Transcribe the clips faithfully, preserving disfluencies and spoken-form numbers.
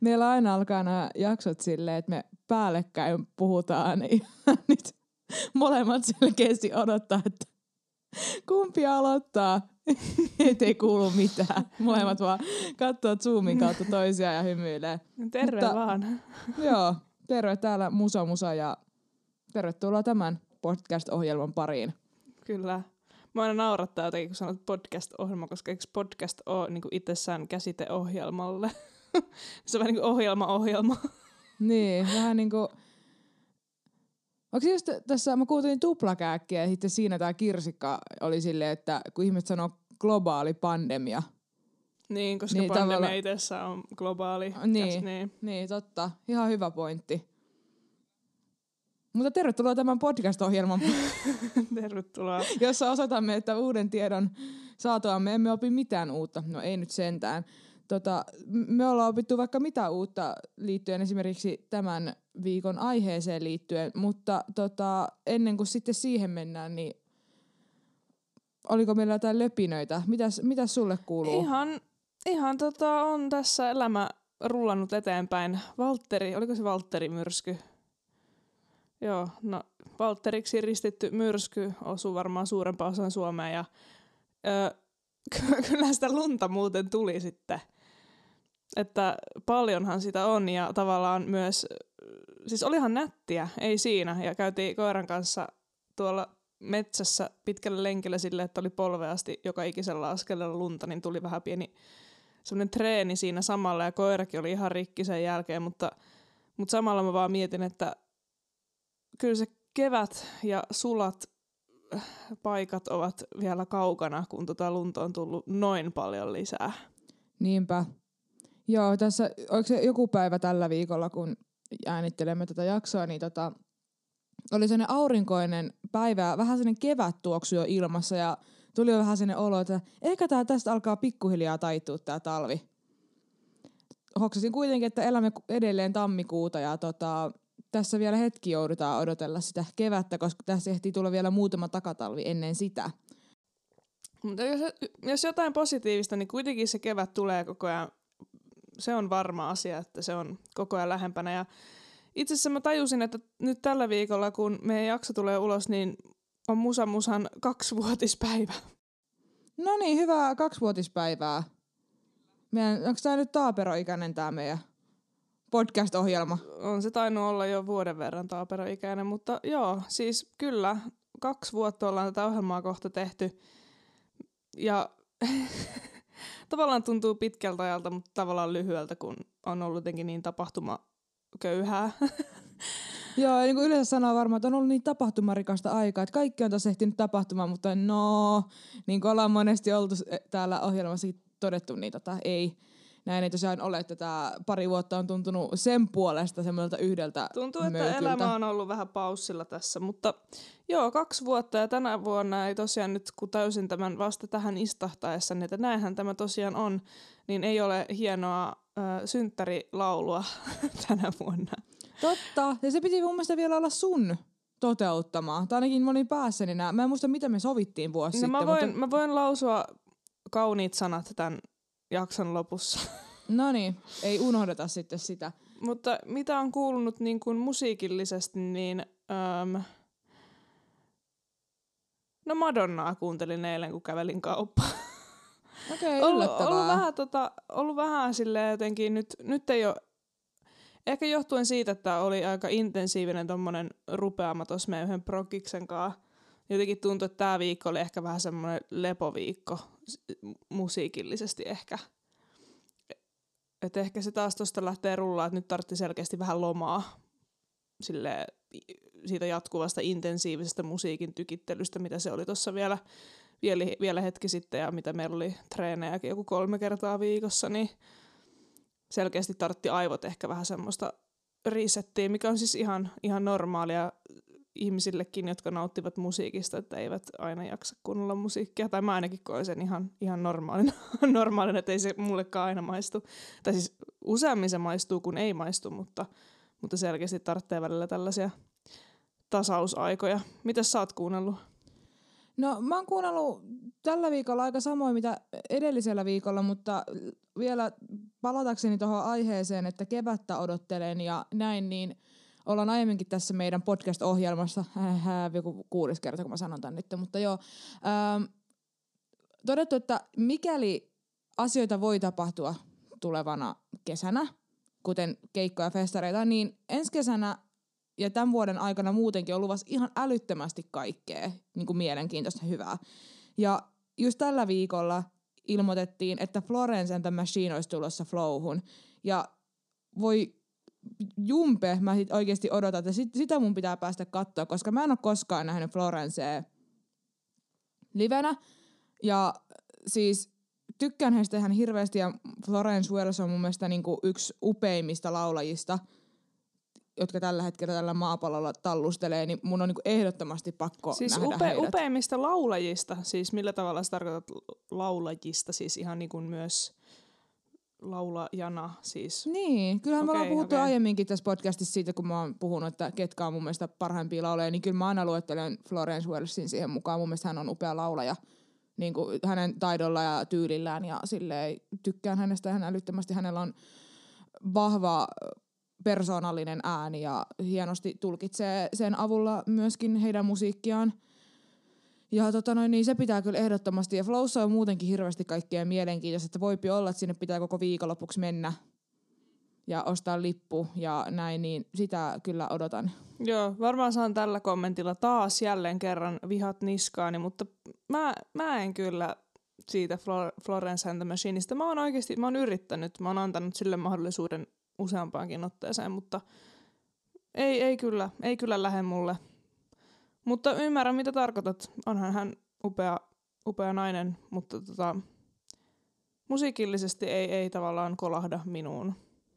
meillä aina alkaa nämä jaksot silleen, että me päällekkäin puhutaan. Ja nyt molemmat selkeästi odottaa, että kumpi aloittaa. Ei kuulu mitään. Molemmat vaan katsoo Zoomin kautta toisiaan ja hymyilee. Terve Mutta, vaan. Joo, terve täällä Musa Musa ja tervetuloa tämän podcast-ohjelman pariin. Kyllä. Mä aina naurattaa jotenkin, kun sanot podcast-ohjelma, koska eikö podcast ole niin kuin itsessään käsite ohjelmalle? Se on vähän niin kuin ohjelma-ohjelma. Niin, vähän niin kuin... Onko just tässä, mä kuulin tuplakääkkiä ja sitten siinä tää kirsikka oli silleen, että kun ihmiset sanoo globaali pandemia. Niin, koska niin pandemia tavalla... itsessään on globaali. Niin, käs, niin. niin, totta. Ihan hyvä pointti. Mutta tervetuloa tämän podcast-ohjelman. Tervetuloa. Jossa osoitamme, että uuden tiedon saatuamme emme opi mitään uutta. No ei nyt sentään. Tota, me ollaan opittu vaikka mitä uutta liittyen esimerkiksi tämän viikon aiheeseen liittyen, mutta tota, ennen kuin sitten siihen mennään, niin oliko meillä jotain löpinöitä? Mitäs, mitäs sulle kuuluu? Ihan, ihan tota, on tässä elämä rullannut eteenpäin. Valtteri, oliko se Valtteri-myrsky? Joo, no Valtteriksi ristitty myrsky osui varmaan suurempaan osaan Suomea ja öö, kyllä sitä lunta muuten tuli sitten. Että paljonhan sitä on ja tavallaan myös, siis olihan nättiä, ei siinä. Ja käytiin koiran kanssa tuolla metsässä pitkällä lenkillä silleen, että oli polvea asti joka ikisellä askeleella lunta, niin tuli vähän pieni semmoinen treeni siinä samalla ja koirakin oli ihan rikki sen jälkeen, mutta, mutta samalla mä vaan mietin, että kyllä se kevät ja sulat paikat ovat vielä kaukana, kun tota lunta on tullut noin paljon lisää. Niinpä. Joo, tässä, oliko se joku päivä tällä viikolla, kun äänittelemme tätä jaksoa, niin tota, oli sellainen aurinkoinen päivä ja vähän sellainen kevättuoksu jo ilmassa ja tuli jo vähän sellainen olo, että ehkä tää tästä alkaa pikkuhiljaa taittua tää talvi. Hoksasin kuitenkin, että elämme edelleen tammikuuta ja tota, tässä vielä hetki joudutaan odotella sitä kevättä, koska tässä ehtii tulla vielä muutama takatalvi ennen sitä. Mutta jos, jos jotain positiivista, niin kuitenkin se kevät tulee koko ajan. Se on varma asia, että se on koko ajan lähempänä. Ja itse asiassa mä tajusin, että nyt tällä viikolla, kun meidän jakso tulee ulos, niin on Musa Musan kaksivuotispäivä. No niin, hyvää kaksivuotispäivää. Meidän, onko tämä nyt taaperoikäinen tämä meidän podcast-ohjelma? On se tainnut olla jo vuoden verran taaperoikäinen, mutta joo, siis kyllä, kaksi vuotta ollaan tätä ohjelmaa kohta tehty. Ja tavallaan tuntuu pitkältä ajalta, mutta tavallaan lyhyeltä, kun on ollut jotenkin niin tapahtumaköyhää. Joo, niin kuin yleensä sanoo varmaan, että on ollut niin tapahtumarikasta aikaa, että kaikki on tässä ehtinyt tapahtumaan, mutta no, niin kuin ollaan monesti oltu täällä ohjelmassa todettu, niin tota, ei. Näin ei tosiaan ole, että tämä pari vuotta on tuntunut sen puolesta semmoilta yhdeltä Tuntuu, että möykyltä. Elämä on ollut vähän paussilla tässä, mutta joo, kaksi vuotta ja tänä vuonna ei tosiaan nyt, kun täysin tämän vasta tähän istahtaessa, niin että näinhän tämä tosiaan on, niin ei ole hienoa äh, synttärilaulua tänä vuonna. Totta, ja se piti mun mielestä vielä olla sun toteuttamaan. Tai ainakin moni päässäni nää. Mä en muista, mitä me sovittiin vuosi no, sitten. Mä voin, mutta... mä voin lausua kauniit sanat tämän jakson lopussa. No niin, ei unohdeta sitten sitä. Mutta mitä on kuulunut niin kuin musiikillisesti, niin äm, no Madonnaa kuuntelin eilen, kun kävelin kauppaan. Okei, okay, yllättävää. Ollut vähän, tota, ollut vähän silleen jotenkin, nyt, nyt ei ole, ehkä johtuen siitä, että oli aika intensiivinen tommonen rupeama tuossa meidän yhden prokiksen kanssa. Jotenkin tuntui, että tää viikko oli ehkä vähän semmoinen lepoviikko musiikillisesti ehkä. Että ehkä se taas tosta lähtee rullaa, että nyt tarvitsi selkeästi vähän lomaa silleen, siitä jatkuvasta intensiivisestä musiikin tykittelystä, mitä se oli tuossa vielä, vielä, vielä hetki sitten ja mitä meillä oli treenejäkin joku kolme kertaa viikossa, niin selkeästi tarvitsi aivot ehkä vähän semmoista resettiä, mikä on siis ihan, ihan normaalia ihmisillekin, jotka nauttivat musiikista, että eivät aina jaksa kuunnella musiikkia. Tai mä ainakin koen sen ihan, ihan normaalina, normaalina, että ei se mullekaan aina maistu. Tai siis useammin se maistuu kuin ei maistu, mutta, mutta selkeästi tarvitsee välillä tällaisia tasausaikoja. Mitäs sä oot kuunnellut? No mä oon kuunnellut tällä viikolla aika samoin mitä edellisellä viikolla, mutta vielä palatakseni tuohon aiheeseen, että kevättä odottelen ja näin, niin ollaan aiemminkin tässä meidän podcast-ohjelmassa, hää, joku kuudes kerta kun mä sanon tän nyt, mutta joo, ähm, todettu, että mikäli asioita voi tapahtua tulevana kesänä, kuten keikkoja ja festareita, niin ensi kesänä ja tämän vuoden aikana muutenkin on luvassa ihan älyttömästi kaikkea niin kuin mielenkiintoista hyvää. Ja just tällä viikolla ilmoitettiin, että Florence and the Machine olisi tulossa Flowhun. Ja voi jumpe, mä sit oikeasti odotan, että sit, sitä mun pitää päästä katsoa, koska mä en ole koskaan nähnyt Florencea livenä. Ja siis tykkään heistä ihan hirveästi ja Florence Wells on mun mielestä niinku yksi upeimmista laulajista, jotka tällä hetkellä tällä maapallolla tallustelee, niin mun on niinku ehdottomasti pakko siis nähdä upe, heidät. upeimmista laulajista, siis millä tavalla sä tarkoitat laulajista, siis ihan niin kuin myös laulajana siis. Niin, kyllähän okay, me ollaan puhuttu okay. aiemminkin tässä podcastissa siitä, kun mä oon puhunut, että ketkä on mun mielestä parhaimpia laulajia, niin kyllä mä aina luettelen Florence Wellsin siihen mukaan. Mun mielestä hän on upea laulaja. Niin kuin hänen taidolla ja tyylillään ja silleen tykkään hänestä ihan älyttömästi. Hänellä on vahva persoonallinen ääni ja hienosti tulkitsee sen avulla myöskin heidän musiikkiaan. Ja tota noin, niin se pitää kyllä ehdottomasti. Ja Flowssa on muutenkin hirveästi kaikkea mielenkiintoista, että voipi olla, että sinne pitää koko viikonlopuksi mennä ja ostaa lippu ja näin, niin sitä kyllä odotan. Joo, varmaan saan tällä kommentilla taas jälleen kerran vihat niskaani, mutta mä, mä en kyllä siitä Flor- Florence and the Machineista. Mä oon oikeasti, mä oon yrittänyt, mä oon antanut sille mahdollisuuden useampaankin otteeseen, mutta ei, ei kyllä, ei kyllä lähde mulle. Mutta ymmärrän, mitä tarkoitat. Onhan hän upea, upea nainen, mutta tota, musiikillisesti ei, ei tavallaan kolahda minuun.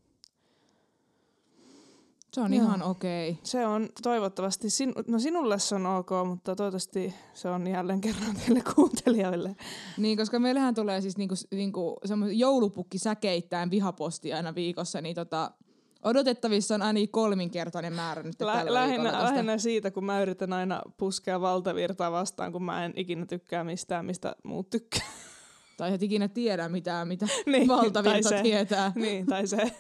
Se on Joo. ihan okei. Okay. Se on toivottavasti, sinu- no sinulle se on ok, mutta toivottavasti se on jälleen kerran teille kuuntelijoille. Niin, koska meillähän tulee siis niinku, niinku semmoinen joulupukki säkeittäin vihapostia aina viikossa, niin tota, odotettavissa on aina kolminkertainen määrä nyt Lä- tällä lähinnä, viikolla. lähinnä siitä, kun mä yritän aina puskea valtavirtaa vastaan, kun mä en ikinä tykkää mistään, mistä muut tykkää. Tai et ikinä tiedä mitään, mitä niin, valtavirta tai tietää. niin, tai se.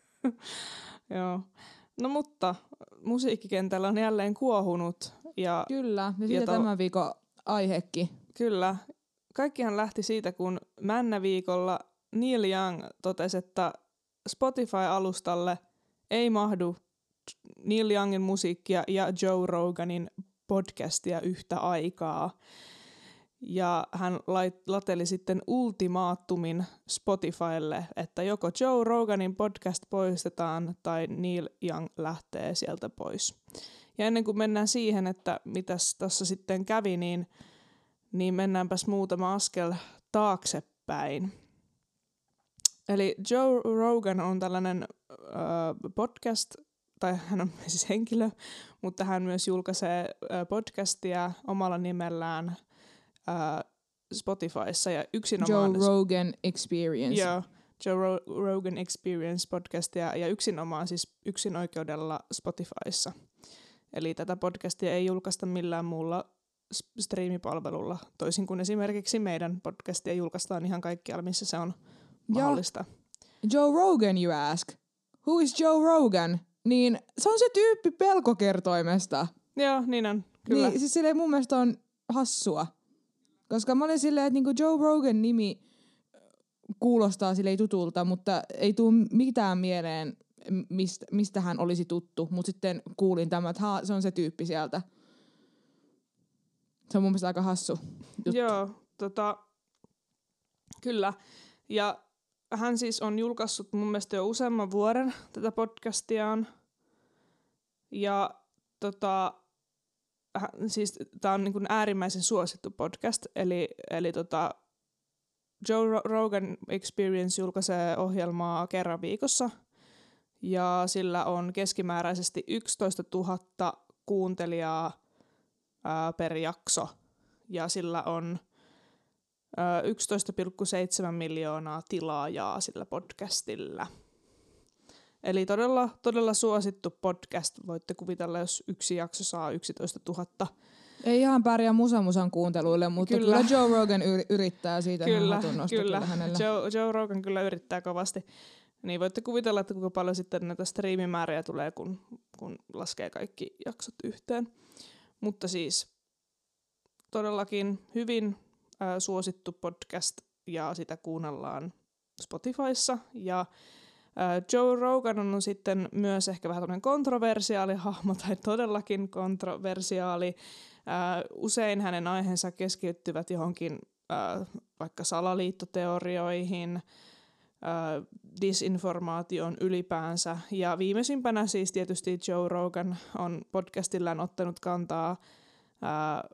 Joo. No mutta musiikkikentällä on jälleen kuohunut. Ja, Kyllä, ja siitä ja to- tämän viikon aihekin. Kyllä. Kaikkihan lähti siitä, kun Männä-viikolla Neil Young totesi, että Spotify-alustalle ei mahdu Neil Youngin musiikkia ja Joe Roganin podcastia yhtä aikaa. Ja hän lait, lateli sitten ultimaattumin Spotifylle, että joko Joe Roganin podcast poistetaan tai Neil Young lähtee sieltä pois. Ja ennen kuin mennään siihen, että mitäs tässä sitten kävi, niin, niin mennäänpäs muutama askel taaksepäin. Eli Joe Rogan on tällainen äh, podcast, tai hän on siis henkilö, mutta hän myös julkaisee äh, podcastia omalla nimellään äh, Spotifyssa ja yksinomaan Joe Rogan Experience. Joo, Joe Ro- Rogan Experience podcastia ja yksinomaan siis yksin oikeudella Spotifyssa. Eli tätä podcastia ei julkaista millään muulla striimipalvelulla, toisin kuin esimerkiksi meidän podcastia julkaistaan ihan kaikkialla, missä se on mahdollista. Joe Rogan, you ask. Who is Joe Rogan? Niin se on se tyyppi pelkokertoimesta. Joo, niin on, kyllä. Niin, siis silleen mun mielestä on hassua. Koska mä olin silleen, että niinku Joe Rogan nimi kuulostaa silleen tutulta, mutta ei tule mitään mieleen, mistä, mistä hän olisi tuttu. Mutta sitten kuulin tämän, että haa, se on se tyyppi sieltä. Se on mun mielestä aika hassu juttu. Joo, tota, kyllä. Ja hän siis on julkaissut mun mielestä jo useamman vuoden tätä podcastiaan. Ja tota, hän, siis tää on niin kuin äärimmäisen suosittu podcast. Eli, eli tota, Joe Rogan Experience julkaisee ohjelmaa kerran viikossa. Ja sillä on keskimääräisesti yksitoista tuhatta kuuntelijaa ää, per jakso. Ja sillä on ää, yksitoista pilkku seitsemän miljoonaa tilaajaa sillä podcastilla. Eli todella, todella suosittu podcast. Voitte kuvitella, jos yksi jakso saa yksitoista tuhatta Ei ihan pärjää musa-musan kuunteluille, mutta kyllä, kyllä Joe Rogan yr- yrittää siitä kyllä, ihan hatunnosta kyllä. kyllä hänelle. Joe, Joe Rogan kyllä yrittää kovasti. Niin voitte kuvitella, että kuinka paljon sitten näitä striimimääriä tulee, kun, kun laskee kaikki jaksot yhteen. Mutta siis todellakin hyvin äh, suosittu podcast ja sitä kuunnellaan Spotifyssa. Ja äh, Joe Rogan on sitten myös ehkä vähän tämmöinen kontroversiaali hahmo tai todellakin kontroversiaali. Äh, usein hänen aiheensa keskittyvät johonkin äh, vaikka salaliittoteorioihin, äh, disinformaatioon ylipäänsä. Ja viimeisimpänä siis tietysti Joe Rogan on podcastillaan ottanut kantaa äh,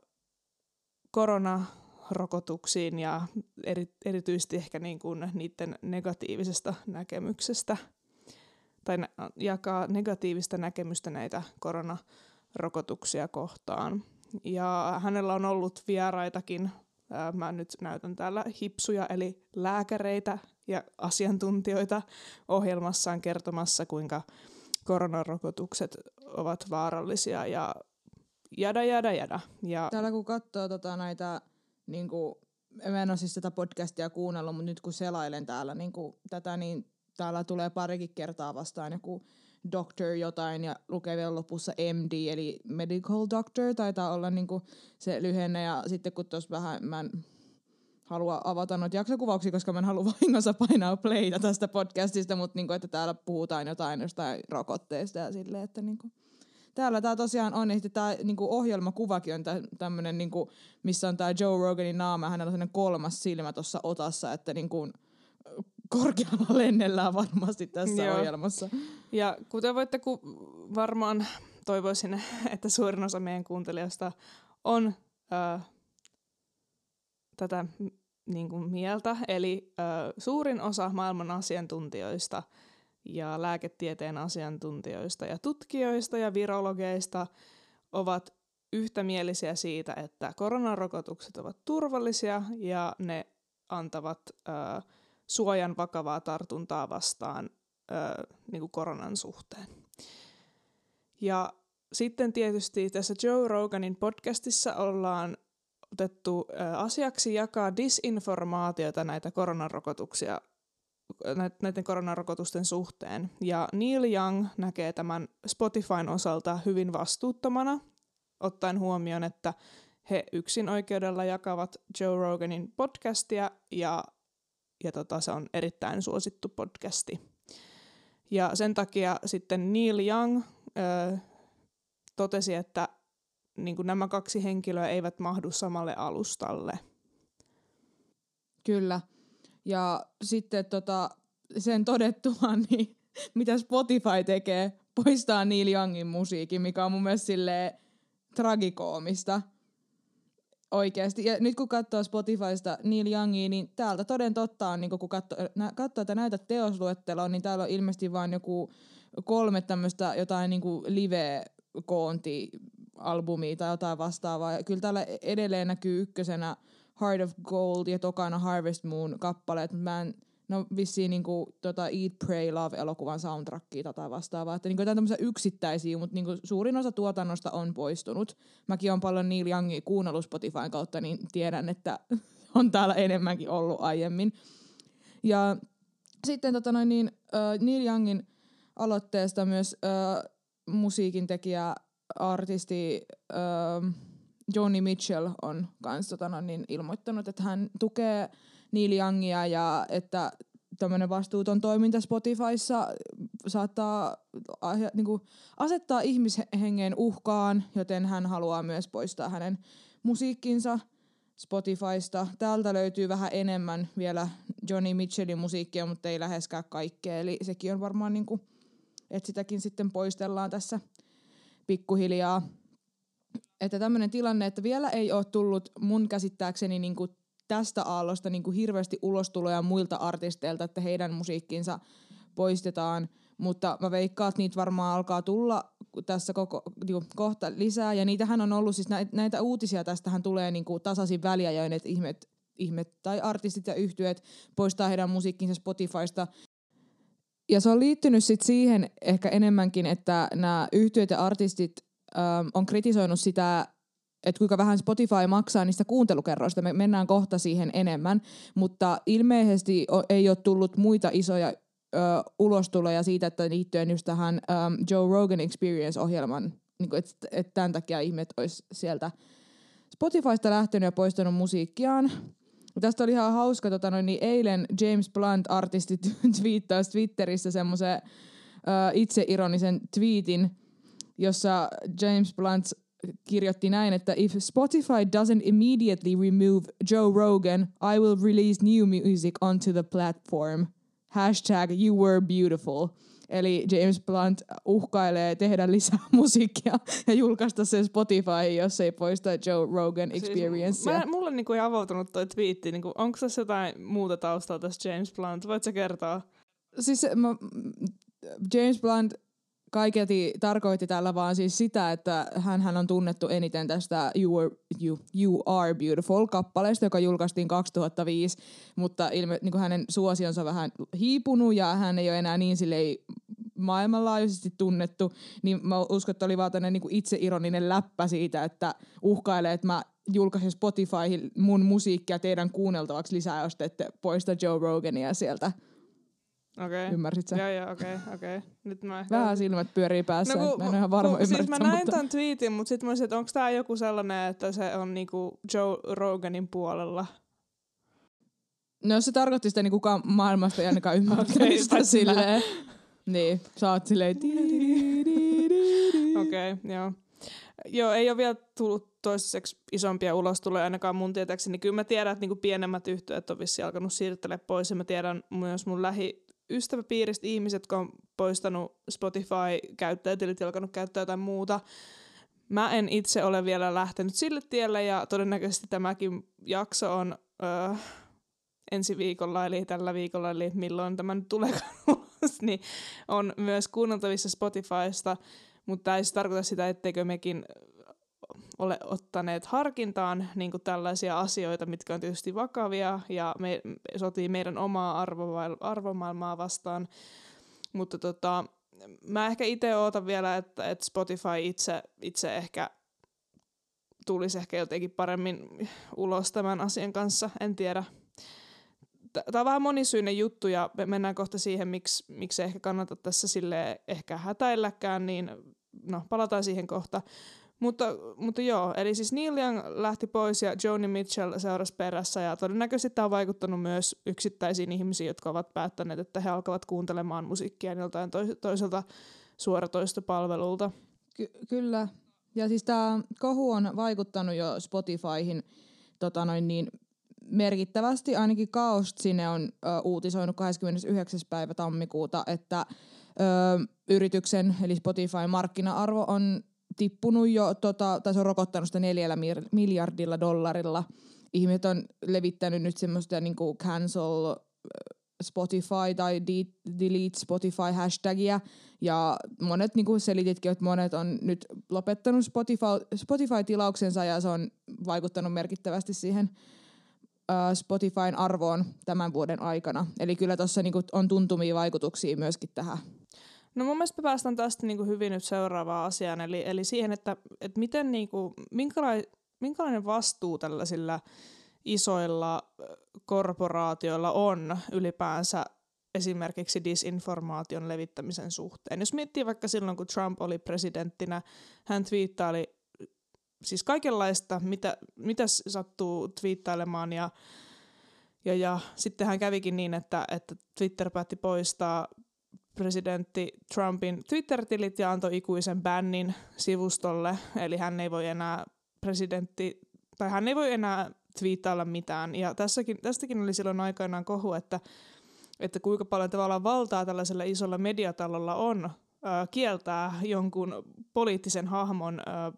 koronarokotuksiin ja eri, erityisesti ehkä niin kuin niiden negatiivisesta näkemyksestä tai nä- jakaa negatiivista näkemystä näitä koronarokotuksia kohtaan. Ja hänellä on ollut vieraitakin, ää, mä nyt näytän täällä hipsuja, eli lääkäreitä ja asiantuntijoita ohjelmassaan kertomassa, kuinka koronarokotukset ovat vaarallisia ja jada, jada, jada. Ja täällä kun katsoo tota näitä, niinku, mä en ole siis tätä podcastia kuunnellut, mutta nyt kun selailen täällä niinku, tätä, niin täällä tulee parikin kertaa vastaan joku doctor jotain ja lukee vielä lopussa M D, eli medical doctor, taitaa olla niinku se lyhenne. Ja sitten kun tuossa vähän, mä en halua avata noita jaksokuvauksia, koska mä en halua vahingossa painaa playta tästä podcastista, mutta niinku, että täällä puhutaan jotain jostain rokotteesta ja silleen, että niinku täällä tää tosiaan on, että tää niinku ohjelmakuvakin on tä, tämmönen, niinku, missä on tää Joe Roganin naama, hänellä on sellainen kolmas silmä tuossa otassa, että niinku korkealla lennellään varmasti tässä Joo. ohjelmassa. Ja kuten voitte ku- varmaan toivoisin, että suurin osa meidän kuuntelijoista on äh, tätä niin kuin mieltä, eli äh, suurin osa maailman asiantuntijoista ja lääketieteen asiantuntijoista ja tutkijoista ja virologeista ovat yhtämielisiä siitä, että koronarokotukset ovat turvallisia ja ne antavat äh, suojan vakavaa tartuntaa vastaan äh, niin kuin koronan suhteen. Ja sitten tietysti tässä Joe Roganin podcastissa ollaan otettu äh, asiaksi jakaa disinformaatiota näitä koronarokotuksia näiden koronarokotusten suhteen. Ja Neil Young näkee tämän Spotifyn osalta hyvin vastuuttomana, ottaen huomioon, että he yksin oikeudella jakavat Joe Roganin podcastia ja, ja tota, se on erittäin suosittu podcasti. Ja sen takia sitten Neil Young ö, totesi, että niin kuin nämä kaksi henkilöä eivät mahdu samalle alustalle. Kyllä. Ja sitten tota, sen todettuaan, niin mitä Spotify tekee, poistaa Neil Youngin musiikin, mikä on mun mielestä silleen tragikoomista oikeasti. Ja nyt kun katsoo Spotifysta Neil Youngia, niin täältä toden totta on, niin kun katsoo, katsoo että näitä teosluetteloa, niin täällä on ilmeisesti vain joku kolme tämmöistä jotain niin kuin live-koonti-albumia tai jotain vastaavaa. Ja kyllä täällä edelleen näkyy ykkösenä Heart of Gold ja tokana Harvest Moon kappaleet, mutta mä en, no vissiin niinku tota Eat, Pray, Love-elokuvan soundtrackia tai vastaavaa. Että niinku jotain tämmöisiä yksittäisiä, mutta niinku suurin osa tuotannosta on poistunut. Mäkin on paljon Neil Youngia kuunnellut Spotifyn kautta, niin tiedän, että on täällä enemmänkin ollut aiemmin. Ja sitten tota noin niin, uh, Neil Youngin aloitteesta myös uh, musiikin tekijä, artisti uh, Joni Mitchell on kans tota no, niin ilmoittanut, että hän tukee Neil Youngia ja että tämmöinen vastuuton toiminta Spotifyssa saattaa aihe, niinku, asettaa ihmishengen uhkaan, joten hän haluaa myös poistaa hänen musiikkinsa Spotifysta. Täältä löytyy vähän enemmän vielä Joni Mitchellin musiikkia, mutta ei läheskään kaikkea. Eli sekin on varmaan, niinku, että sitäkin sitten poistellaan tässä pikkuhiljaa. Että tämmöinen tilanne, että vielä ei ole tullut mun käsittääkseni niinku tästä aallosta niinku hirveästi ulostuloja muilta artisteilta, että heidän musiikkinsa poistetaan, mutta mä veikkaan, että niitä varmaan alkaa tulla tässä koko, niinku, kohta lisää, ja niitähän on ollut, siis näitä, näitä uutisia tästähän tulee niinku tasaisin väliajoin, että ihmet, ihmet tai artistit ja yhtyeet poistaa heidän musiikkinsa Spotifysta. Ja se on liittynyt sit siihen ehkä enemmänkin, että nämä yhtyeet ja artistit ähm, on kritisoinut sitä että kuinka vähän Spotify maksaa niistä kuuntelukerroista. Me mennään kohta siihen enemmän, mutta ilmeisesti ei ole tullut muita isoja ö, ulostuloja siitä, että liittyen just tähän ö, Joe Rogan Experience-ohjelman, niin että et tämän takia ihmiset olisi sieltä Spotifysta lähtenyt ja poistanut musiikkiaan. Ja tästä oli ihan hauska, tota noin, niin eilen James Blunt-artisti twiittasi Twitterissä semmoisen itseironisen tweetin, jossa James Blunt kirjoitti näin, että if Spotify doesn't immediately remove Joe Rogan, I will release new music onto the platform. Hashtag you were beautiful. Eli James Blunt uhkailee tehdä lisää musiikkia ja julkaista sen Spotify, jos ei poista Joe Rogan Experiencea. Siis, mulla on niinku avautunut toi twiitti. Niinku, onko tässä jotain muuta taustaa tässä James Blunt? Voit sä kertoa? Siis mä, James Blunt kaiketi tarkoitti tällä vaan siis sitä, että hän on tunnettu eniten tästä You Are, you, you Are Beautiful-kappaleesta, joka julkaistiin kaksituhattaviisi, mutta ilme, niin kuin hänen suosionsa vähän hiipunut ja hän ei ole enää niin silleen maailmanlaajuisesti tunnettu, niin mä uskon, että oli vaan tämmöinen niin kuin itseironinen läppä siitä, että uhkailee, että mä julkaisen Spotifyhin mun musiikkia teidän kuunneltavaksi lisää, jos te ette poista Joe Rogania sieltä. Okei. Okay. Ymmärsit sä? Joo, joo, okei, okay, okei. Okay. Nyt mä... Vähän silmät pyörii päässä. No, kun, mä en ole ihan varma kun, siis mä näin mutta... ton tweetin, mutta sit mä olisin, että onko tää joku sellainen, että se on niinku Joe Roganin puolella? No jos se tarkoitti sitä, niin kukaan maailmasta ei ainakaan ymmärtänyt sitä silleen. Niin, sä oot silleen... Okei, okay, joo. Joo, ei ole vielä tullut toistaiseksi isompia ulostuloja ainakaan mun tietääkseni. Kyllä mä tiedän, että niinku pienemmät yhtiöt on vissiin alkanut siirtelemään pois. Ja mä tiedän myös mun lähiystäväpiiristä ihmiset, jotka on poistanut Spotify-käyttäjätilit ja alkanut käyttää jotain muuta. Mä en itse ole vielä lähtenyt sille tielle ja todennäköisesti tämäkin jakso on öö, ensi viikolla, eli tällä viikolla, eli milloin tämä nyt tuleekaan ulos, niin on myös kuunneltavissa Spotifysta. Mutta tämä ei siis tarkoita sitä, etteikö mekin ole ottaneet harkintaan niin kuin tällaisia asioita, mitkä on tietysti vakavia ja me, sotii meidän omaa arvomail- arvomaailmaa vastaan. Mutta tota, mä ehkä itse ootan vielä, että, että Spotify itse, itse ehkä tulisi ehkä jotenkin paremmin ulos tämän asian kanssa, en tiedä. Tämä on vähän monisyinen juttu ja me mennään kohta siihen, miksi, miksi ei ehkä kannata tässä silleen ehkä hätäilläkään, niin no palataan siihen kohta. Mutta, mutta joo, eli siis Neil Young lähti pois ja Joni Mitchell seurasi perässä ja todennäköisesti tämä on vaikuttanut myös yksittäisiin ihmisiin, jotka ovat päättäneet, että he alkavat kuuntelemaan musiikkia joltain toiselta suoratoistopalvelulta. Ky- kyllä, ja siis tämä kohu on vaikuttanut jo Spotifyhin tota noin niin, merkittävästi, ainakin Kaost sinne on ö, uutisoinut kahdeskymmenesyhdeksäs päivä tammikuuta, että ö, yrityksen eli Spotifyn markkina-arvo on tippunut jo, tota, tai se on rokottanut sitä neljällä miljardilla dollarilla. Ihmiset on levittänyt nyt semmoista niinku cancel Spotify tai delete Spotify hashtagia, ja monet niinku selititkin, että monet on nyt lopettanut Spotify, Spotify-tilauksensa, ja se on vaikuttanut merkittävästi siihen Spotifyn arvoon tämän vuoden aikana. Eli kyllä tuossa niinku on tuntumia vaikutuksia myöskin tähän. No mun mielestä päästään tästä niinku hyvin nyt seuraavaan asiaan, eli, eli siihen, että, että miten niinku, minkälainen, minkälainen vastuu tällaisilla isoilla korporaatioilla on ylipäänsä esimerkiksi disinformaation levittämisen suhteen. Jos miettii vaikka silloin, kun Trump oli presidenttinä, hän twiittaili siis kaikenlaista, mitä, mitä sattuu twiittailemaan, ja, ja, ja sitten hän kävikin niin, että, että Twitter päätti poistaa presidentti Trumpin Twitter-tilit ja antoi ikuisen bännin sivustolle, eli hän ei voi enää presidentti, tai hän ei voi enää twiittailla mitään. Ja tässäkin, tästäkin oli silloin aikoinaan kohu, että, että kuinka paljon tavallaan valtaa tällaisella isolla mediatalolla on äh, kieltää jonkun poliittisen hahmon äh,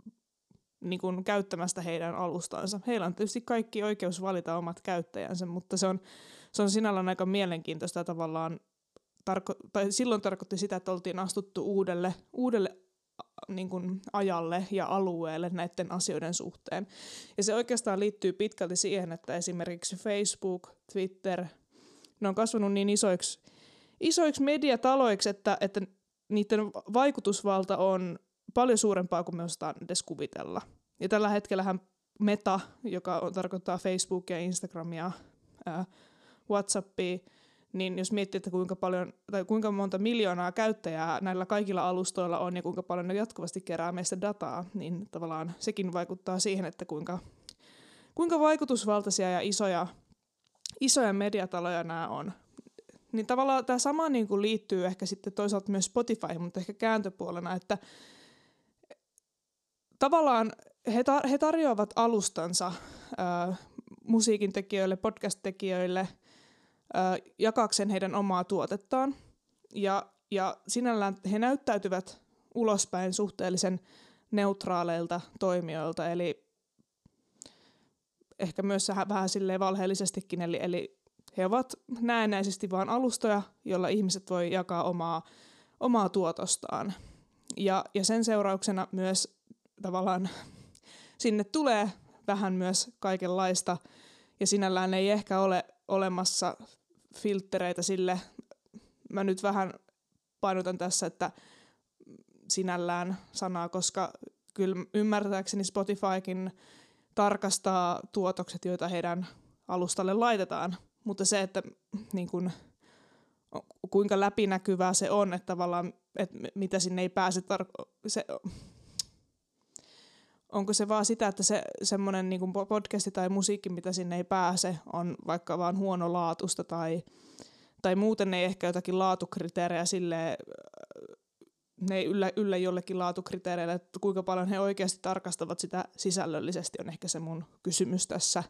niin kuin käyttämästä heidän alustansa. Heillä on tietysti kaikki oikeus valita omat käyttäjänsä, mutta se on, se on sinällään aika mielenkiintoista tavallaan. Tarko- tai silloin tarkoitti sitä, että oltiin astuttu uudelle, uudelle niin kuin ajalle ja alueelle näiden asioiden suhteen. Ja se oikeastaan liittyy pitkälti siihen, että esimerkiksi Facebook, Twitter, ne on kasvanut niin isoiksi, isoiksi mediataloiksi, että, että niiden vaikutusvalta on paljon suurempaa kuin me osataan edes kuvitella. Ja tällä hetkellähän Meta, joka on, tarkoittaa Facebookia, Instagramia, ää, WhatsAppia, niin jos miettii, että kuinka paljon tai kuinka monta miljoonaa käyttäjää näillä kaikilla alustoilla on ja kuinka paljon ne jatkuvasti kerää meistä dataa, niin tavallaan sekin vaikuttaa siihen, että kuinka, kuinka vaikutusvaltaisia ja isoja, isoja mediataloja nämä on. Niin tavallaan tämä sama niin kuin liittyy ehkä sitten toisaalta myös Spotifyhin, mutta ehkä kääntöpuolena, että tavallaan he, tar- he tarjoavat alustansa ää, musiikin tekijöille, podcast-tekijöille, ää, jakakseen heidän omaa tuotettaan. Ja, ja sinällään he näyttäytyvät ulospäin suhteellisen neutraaleilta toimijoilta, eli ehkä myös vähän silleen valheellisestikin, eli, eli he ovat näennäisesti vain alustoja, joilla ihmiset voi jakaa omaa, omaa tuotostaan. Ja, ja sen seurauksena myös tavallaan sinne tulee vähän myös kaikenlaista, ja sinällään ei ehkä ole olemassa filttereitä sille. Mä nyt vähän painotan tässä, että sinällään sanaa, koska kyllä ymmärtääkseni Spotifykin tarkastaa tuotokset, joita heidän alustalle laitetaan, mutta se, että niin kun, kuinka läpinäkyvää se on, että tavallaan, että mitä sinne ei pääse, tar- se, onko se vaan sitä, että se semmoinen niin kuin podcasti tai musiikki, mitä sinne ei pääse, on vaikka vaan huonolaatusta tai, tai muuten ei ehkä jotakin laatukriteerejä silleen, ne ei yllä, yllä jollekin laatukriteereille, että kuinka paljon he oikeasti tarkastavat sitä sisällöllisesti on ehkä se mun kysymys tässä.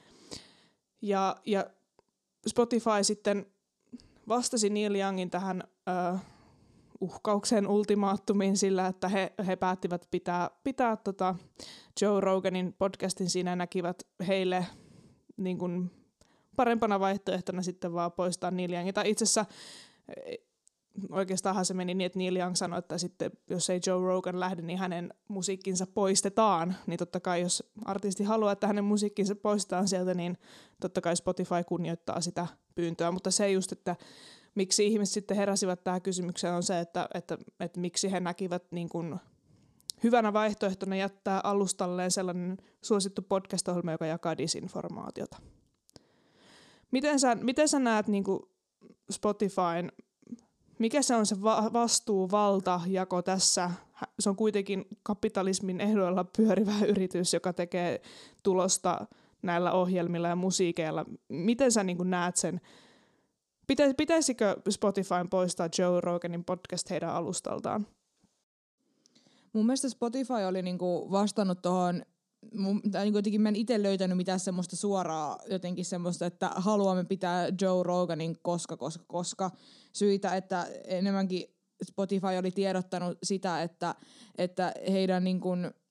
Ja, ja Spotify sitten vastasi Neil Youngin tähän uh, uhkauksen ultimaattumiin sillä, että he, he päättivät pitää, pitää tota Joe Roganin podcastin siinä ja näkivät heille niin kuin parempana vaihtoehtona sitten vaan poistaa Neil Youngin. Tai itse asiassa oikeastaan se meni niin, että Neil Young sanoi, että sitten, jos ei Joe Rogan lähde, niin hänen musiikkinsa poistetaan. Niin totta kai, jos artisti haluaa, että hänen musiikkinsa poistetaan sieltä, niin totta kai Spotify kunnioittaa sitä pyyntöä. Mutta se just, että miksi ihmiset sitten heräsivät tähän kysymykseen, on se, että, että, että miksi he näkivät niin kuin hyvänä vaihtoehtona jättää alustalleen sellainen suosittu podcast-ohjelma, joka jakaa disinformaatiota. Miten sä, miten sä näet niin kuin Spotifyn, mikä se on se va- vastuu, valta, jako tässä? Se on kuitenkin kapitalismin ehdoilla pyörivä yritys, joka tekee tulosta näillä ohjelmilla ja musiikeilla. Miten sä niin kuin näet sen? Pitäisikö Spotifyn poistaa Joe Roganin podcast heidän alustaltaan? Mun mielestä Spotify oli niinku vastannut tuohon, tai niinku jotenkin mä en itse löytänyt mitään semmoista suoraa jotenkin semmoista, että haluamme pitää Joe Roganin koska, koska, koska syitä, että enemmänkin Spotify oli tiedottanut sitä, että, että heidän niinku,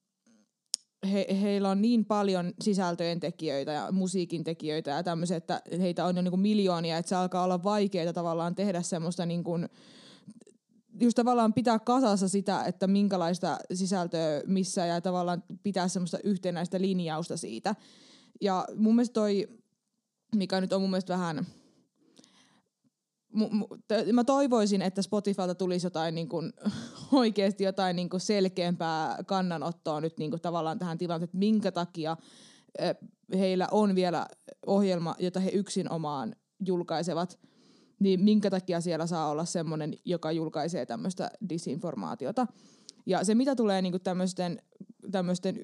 he, heillä on niin paljon sisältöjen tekijöitä ja musiikin tekijöitä ja tämmöisiä, että heitä on jo niinku miljoonia, että se alkaa olla vaikeaa tavallaan tehdä semmoista niinku, just tavallaan pitää kasassa sitä, että minkälaista sisältöä missä ja tavallaan pitää semmoista yhtenäistä linjausta siitä. Ja mun mielestä toi, mikä nyt on mun mielestä vähän, mu, mu, t- mä toivoisin, että Spotifylta tulisi jotain niin kuin, oikeasti jotain niin kuin selkeämpää kannanottoa nyt niin kuin tavallaan tähän tilanteeseen, että minkä takia heillä on vielä ohjelma, jota he yksin omaan julkaisevat, niin minkä takia siellä saa olla semmoinen, joka julkaisee tämmöistä disinformaatiota. Ja se, mitä tulee niinku tämmöisten, tämmöisten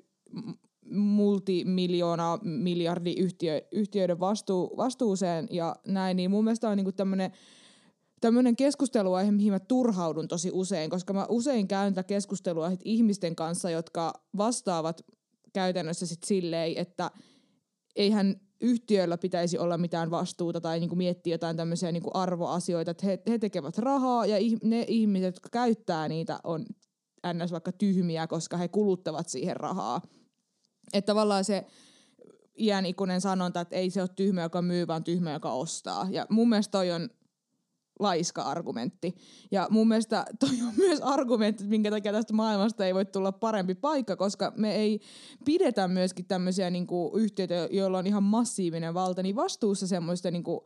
multimiljoona miljardiyhtiöiden vastuu, vastuuseen ja näin, niin mun mielestä on niinku tämmöinen tämmöinen keskusteluaihe, mihin mä turhaudun tosi usein, koska mä usein käyn tätä keskustelua ihmisten kanssa, jotka vastaavat käytännössä sit silleen, että eihän yhtiöillä pitäisi olla mitään vastuuta tai niinku miettiä jotain tämmöisiä niinku arvoasioita, että he, he tekevät rahaa ja ih, ne ihmiset, jotka käyttää niitä, on ns. Vaikka tyhmiä, koska he kuluttavat siihen rahaa. Että tavallaan se iänikuinen sanonta, että ei se ole tyhmä, joka myy, vaan tyhmä, joka ostaa. Ja mun mielestä toi on laiska argumentti. Ja mun mielestä toi on myös argumentti, minkä takia tästä maailmasta ei voi tulla parempi paikka, koska me ei pidetä myöskin tämmöisiä niinku yhtiöitä, joilla on ihan massiivinen valta, niin vastuussa semmoista niinku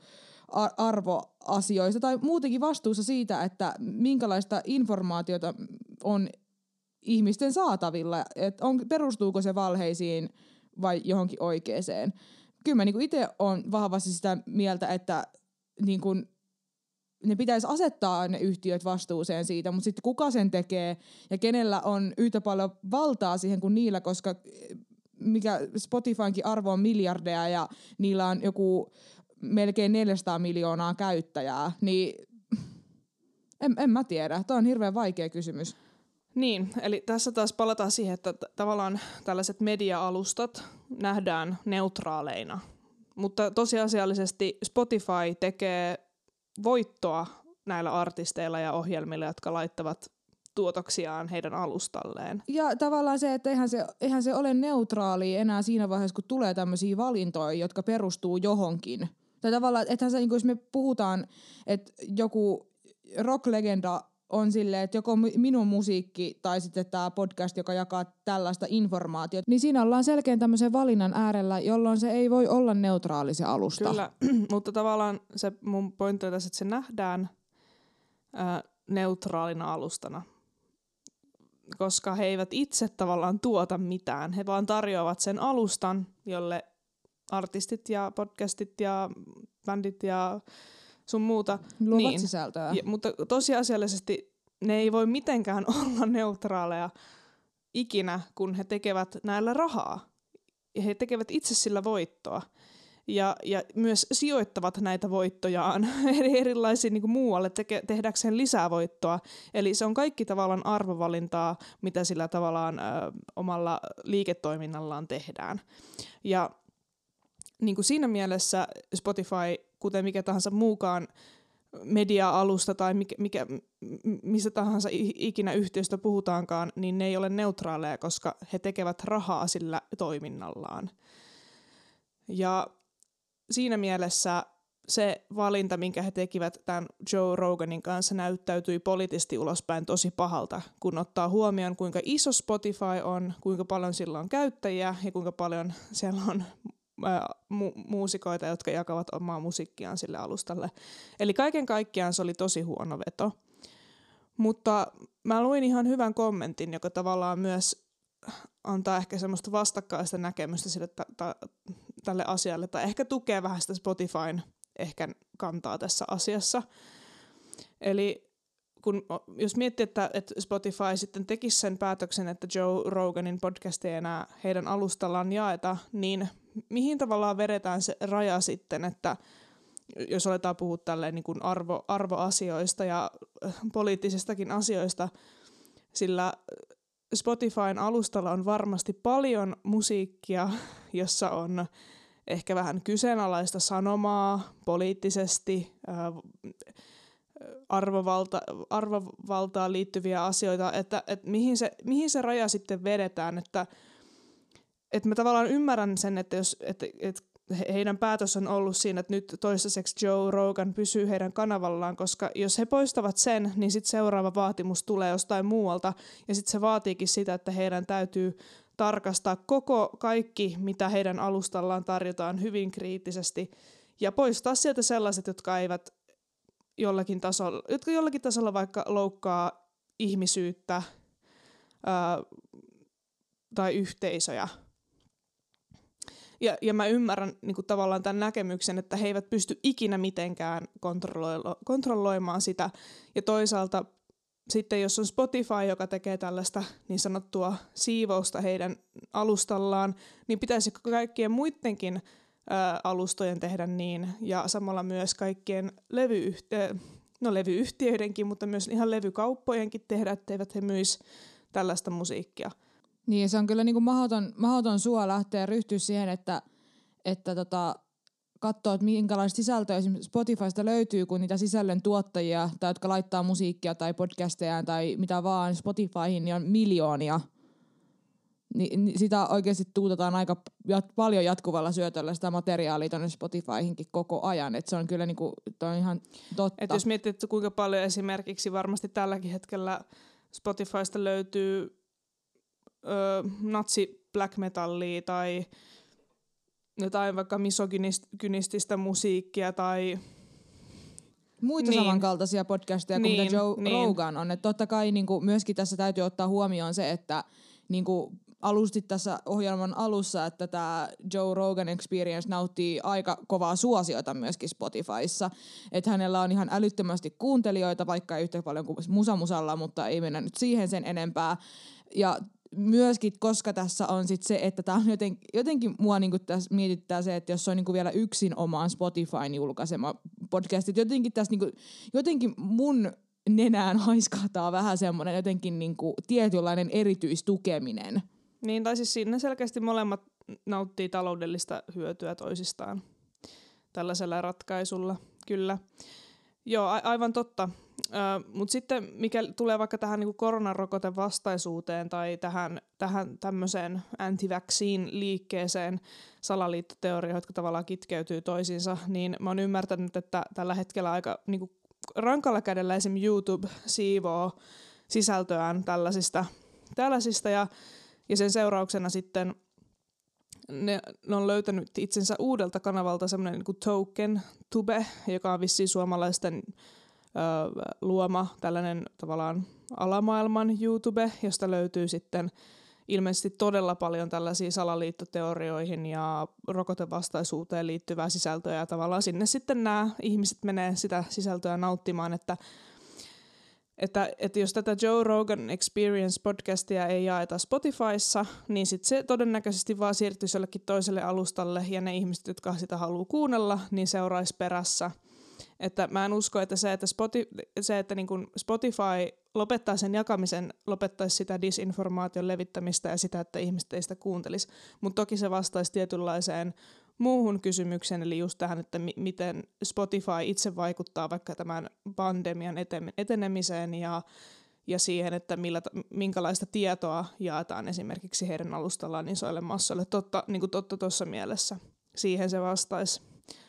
arvoasioista tai muutenkin vastuussa siitä, että minkälaista informaatiota on ihmisten saatavilla, että on, perustuuko se valheisiin vai johonkin oikeeseen. Kyllä mä niinku itse olen vahvasti sitä mieltä, että niinku, ne pitäisi asettaa ne yhtiöt vastuuseen siitä, mutta sitten kuka sen tekee ja kenellä on yhtä paljon valtaa siihen kuin niillä, koska mikä Spotifynkin arvo on miljardeja ja niillä on joku melkein neljäsataa miljoonaa käyttäjää, niin en, en mä tiedä. Tämä on hirveän vaikea kysymys. Niin, eli tässä taas palataan siihen, että t- tavallaan tällaiset media-alustat nähdään neutraaleina, mutta tosiasiallisesti Spotify tekee voittoa näillä artisteilla ja ohjelmilla, jotka laittavat tuotoksiaan heidän alustalleen. Ja tavallaan se, että eihän se, eihän se ole neutraali enää siinä vaiheessa, kun tulee tämmöisiä valintoja, jotka perustuu johonkin. Tai tavallaan, että se, jos me puhutaan, että joku rock-legenda on silleen, että joko minun musiikki tai sitten tämä podcast, joka jakaa tällaista informaatiota, niin siinä ollaan selkeän tämmöisen valinnan äärellä, jolloin se ei voi olla neutraali se alusta. Kyllä, mutta tavallaan se mun pointti on tässä, että se nähdään ää, neutraalina alustana, koska he eivät itse tavallaan tuota mitään. He vaan tarjoavat sen alustan, jolle artistit ja podcastit ja bändit ja sun muuta. Luovat niin. sisältöä. Ja, mutta tosiasiallisesti ne ei voi mitenkään olla neutraaleja ikinä, kun he tekevät näillä rahaa. Ja he tekevät itse sillä voittoa. Ja, ja myös sijoittavat näitä voittojaan erilaisiin niin kuin muualle teke, tehdäkseen lisää voittoa. Eli se on kaikki tavallaan arvovalintaa, mitä sillä tavallaan ö, omalla liiketoiminnallaan tehdään. Ja niin kuin siinä mielessä Spotify, kuten mikä tahansa muukaan media-alusta tai mikä, mikä, mistä tahansa ikinä yhtiöstä puhutaankaan, niin ne ei ole neutraaleja, koska he tekevät rahaa sillä toiminnallaan. Ja siinä mielessä se valinta, minkä he tekivät tämän Joe Roganin kanssa, näyttäytyi poliittisesti ulospäin tosi pahalta, kun ottaa huomioon, kuinka iso Spotify on, kuinka paljon sillä on käyttäjiä ja kuinka paljon siellä on mu- muusikoita, jotka jakavat omaa musiikkiaan sille alustalle. Eli kaiken kaikkiaan se oli tosi huono veto. Mutta mä luin ihan hyvän kommentin, joka tavallaan myös antaa ehkä semmoista vastakkaista näkemystä sille ta- ta- tälle asialle, tai ehkä tukee vähän sitä Spotifyn ehkä kantaa tässä asiassa. Eli kun, jos miettii, että, että Spotify sitten tekisi sen päätöksen, että Joe Roganin podcast ei enää heidän alustallaan jaeta, niin mihin tavallaan vedetään se raja sitten, että jos aletaan puhua tälleen niin kuin arvo, arvoasioista ja poliittisistakin asioista, sillä Spotifyn alustalla on varmasti paljon musiikkia, jossa on ehkä vähän kyseenalaista sanomaa poliittisesti, arvovalta, arvovaltaan liittyviä asioita, että, että mihin, se, mihin se raja sitten vedetään, että, että mä tavallaan ymmärrän sen, että jos että, että heidän päätös on ollut siinä, että nyt toistaiseksi Joe Rogan pysyy heidän kanavallaan, koska jos he poistavat sen, niin sitten seuraava vaatimus tulee jostain muualta, ja sitten se vaatiikin sitä, että heidän täytyy tarkastaa koko kaikki, mitä heidän alustallaan tarjotaan hyvin kriittisesti, ja poistaa sieltä sellaiset, jotka eivät jollakin tasolla, jotka jollakin tasolla vaikka loukkaa ihmisyyttä ää, tai yhteisöjä. Ja, ja mä ymmärrän niin kuin tavallaan tämän näkemyksen, että he eivät pysty ikinä mitenkään kontrolloi- kontrolloimaan sitä. Ja toisaalta sitten jos on Spotify, joka tekee tällaista niin sanottua siivousta heidän alustallaan, niin pitäisikö kaikkien muidenkin ää, alustojen tehdä niin. Ja samalla myös kaikkien levyyhtiöiden, no levyyhtiöidenkin, mutta myös ihan levykauppojenkin tehdä, etteivät he myisi tällaista musiikkia. Niin, se on kyllä niinku mahdoton, mahdoton sua lähteä ryhtyä siihen, että, että tota, katsoo, että minkälaista sisältöä esimerkiksi Spotifysta löytyy, kun niitä sisällön tuottajia, tai jotka laittaa musiikkia tai podcastejaan tai mitä vaan Spotifyhin, niin on miljoonia. Ni, ni, sitä oikeasti tuutetaan aika jat, paljon jatkuvalla syötöllä sitä materiaalia tuonne Spotifyhinkin koko ajan. Et se on kyllä niinku, toi on ihan totta. Et jos mietit, että kuinka paljon esimerkiksi varmasti tälläkin hetkellä Spotifysta löytyy Öö, natsi black metallia tai jotain vaikka misogynististä musiikkia tai muita Niin. samankaltaisia podcasteja kuin Niin, mitä Joe niin. Rogan on. Et totta kai niinku, myöskin tässä täytyy ottaa huomioon se, että niinku, alustit tässä ohjelman alussa, että tämä Joe Rogan Experience nauttii aika kovaa suosiota myöskin Spotifyssa. Että hänellä on ihan älyttömästi kuuntelijoita, vaikka ei yhtä paljon kuin Musamusalla, mutta ei mennä nyt siihen sen enempää. Ja myöskin, koska tässä on sit se, että tää on joten, jotenkin mua niinku tässä mietittää se, että jos se on niinku vielä yksin omaan Spotifyn julkaisema podcast, että jotenkin tässä niinku, jotenkin mun nenään haiskahtaa vähän semmoinen jotenkin niinku tietynlainen erityistukeminen. Niin, tai siis siinä selkeästi molemmat nauttii taloudellista hyötyä toisistaan tällaisella ratkaisulla, kyllä. Joo, a- aivan totta. Mutta sitten mikä tulee vaikka tähän niinku koronarokotevastaisuuteen tai tähän, tähän tämmöiseen anti-vaccine-liikkeeseen, salaliittoteorioihin, jotka tavallaan kitkeytyy toisiinsa, niin mä oon ymmärtänyt, että tällä hetkellä aika niinku rankalla kädellä esim. YouTube siivoo sisältöään tällaisista, tällaisista ja, ja sen seurauksena sitten ne, ne on löytänyt itsensä uudelta kanavalta semmoinen niinku Token Tube, joka on vissiin suomalaisten ö, luoma tällainen tavallaan alamaailman YouTube, josta löytyy sitten ilmeisesti todella paljon tällaisia salaliittoteorioihin ja rokotevastaisuuteen liittyvää sisältöä ja tavallaan sinne sitten nämä ihmiset menee sitä sisältöä nauttimaan, että Että, että jos tätä Joe Rogan Experience podcastia ei jaeta Spotifyssa, niin sit se todennäköisesti vaan siirtyisi jollekin toiselle alustalle ja ne ihmiset, jotka sitä haluaa kuunnella, niin seuraisi perässä. Että mä en usko, että se, että, Spotify, se, että niin kun Spotify lopettaa sen jakamisen, lopettaisi sitä disinformaation levittämistä ja sitä, että ihmiset ei sitä kuuntelisi. Mutta toki se vastaisi tietynlaiseen muuhun kysymykseen, eli just tähän, että mi- miten Spotify itse vaikuttaa vaikka tämän pandemian eten- etenemiseen ja, ja siihen, että millä t- minkälaista tietoa jaetaan esimerkiksi heidän alustallaan isoille massoille. Totta, niin kuin totta tuossa mielessä. Siihen se vastaisi.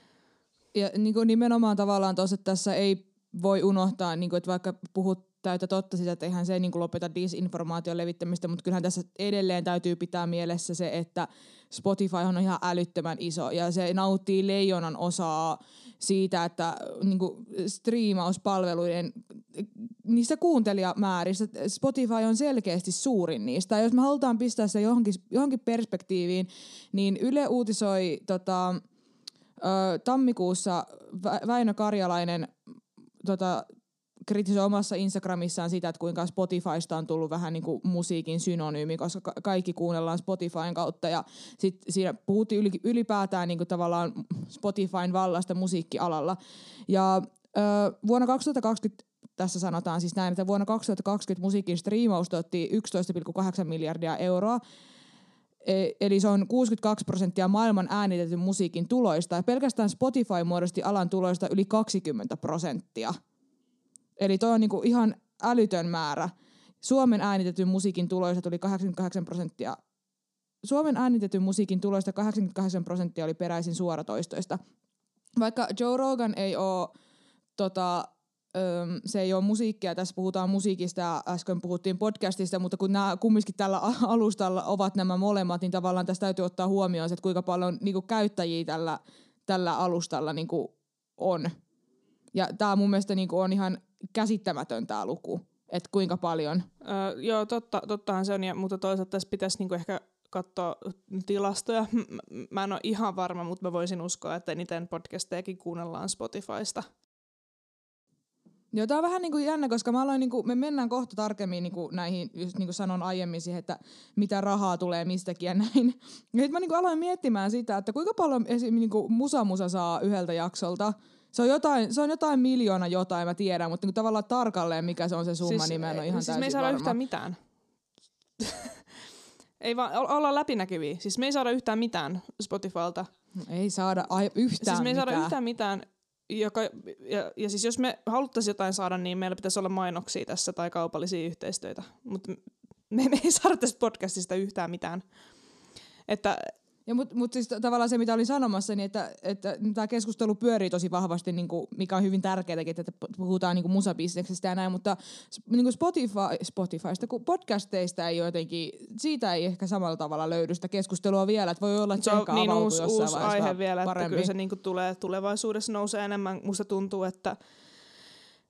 Ja niin kuin nimenomaan tavallaan tuossa, että tässä ei voi unohtaa, niin kuin, että vaikka puhut täyttä totta sitä, että eihän se niin kuin lopeta disinformaation levittämistä, mutta kyllähän tässä edelleen täytyy pitää mielessä se, että Spotify on ihan älyttömän iso ja se nauttii leijonan osaa siitä, että niin kuin striimauspalveluiden niistä kuuntelijamääristä Spotify on selkeästi suurin niistä. Ja jos me halutaan pistää se johonkin, johonkin perspektiiviin, niin Yle uutisoi tota, ö, tammikuussa Vä- Väinö Karjalainen tota, kritisoi omassa Instagramissaan sitä, että kuinka Spotifysta on tullut vähän niin kuin musiikin synonyymi, koska ka- kaikki kuunnellaan Spotifyn kautta. Ja sitten siinä puhuttiin yli, ylipäätään niin kuin tavallaan Spotifyn vallasta musiikkialalla. Ja ö, vuonna kaksituhattakaksikymmentä, tässä sanotaan siis näin, että vuonna kaksituhattakaksikymmentä musiikin striimaus tuotti yksitoista pilkku kahdeksan miljardia euroa. E- eli se on kuusikymmentäkaksi prosenttia maailman äänitetyn musiikin tuloista. Ja pelkästään Spotify muodosti alan tuloista yli kaksikymmentä prosenttia. Eli toi on niinku ihan älytön määrä. Suomen äänitetyn musiikin tuloista tuli kahdeksankymmentäkahdeksan prosenttia. Suomen äänitetyn musiikin tuloista kahdeksankymmentäkahdeksan prosenttia oli peräisin suoratoistoista. Vaikka Joe Rogan ei ole, tota, öm, se ei ole musiikkia, tässä puhutaan musiikista ja äsken puhuttiin podcastista, mutta kun nämä kumminkin tällä alustalla ovat nämä molemmat, niin tavallaan tässä täytyy ottaa huomioon, että kuinka paljon niinku käyttäjiä tällä, tällä alustalla niinku on. Ja tämä mun mielestä niinku on ihan käsittämätön tämä luku, että kuinka paljon. Öö, joo, totta, tottahan se on, ja, mutta toisaalta tässä pitäisi niinku ehkä katsoa tilastoja. Mä en ole ihan varma, mutta mä voisin uskoa, että eniten podcastejakin kuunnellaan Spotifysta. Joo, tää on vähän niinku jännä, koska mä aloin niinku, me mennään kohta tarkemmin niinku näihin, just niinku sanon aiemmin siihen, että mitä rahaa tulee mistäkin ja näin. Ja sit mä niinku aloin miettimään sitä, että kuinka paljon esim. Niinku Musa Musa saa yhdeltä jaksolta. Se on jotain, se on jotain miljoona jotain, mä tiedän, mutta niinku tavallaan tarkalleen mikä se on se summa, siis, niin mä en ole ihan siis täysin me ei saada varma. yhtään mitään. Ei vaan, olla läpinäkyviä. Siis me ei saada yhtään mitään Spotifylta. Ei saada ai, yhtään Siis me ei mitään. saada yhtään mitään. Joka, ja, ja siis jos me haluttaisiin jotain saada, niin meillä pitäisi olla mainoksia tässä tai kaupallisia yhteistyötä. Mutta me, me ei saada tästä podcastista yhtään mitään. Että Ja mut, mut siis tavallaan se, mitä olin sanomassa, niin että, että tämä keskustelu pyörii tosi vahvasti, niin kuin, mikä on hyvin tärkeääkin, että puhutaan niin kuin musabisneksestä ja näin, mutta niin kuin Spotify, Spotifysta, kun podcasteista ei jotenkin, siitä ei ehkä samalla tavalla löydy sitä keskustelua vielä, että voi olla, että se on senkaan niin avautuu uusi, jossain uusi vaiheessa aihe vielä, paremmin. että kyllä se niin kuin tulee tulevaisuudessa nousee enemmän. Musta tuntuu, että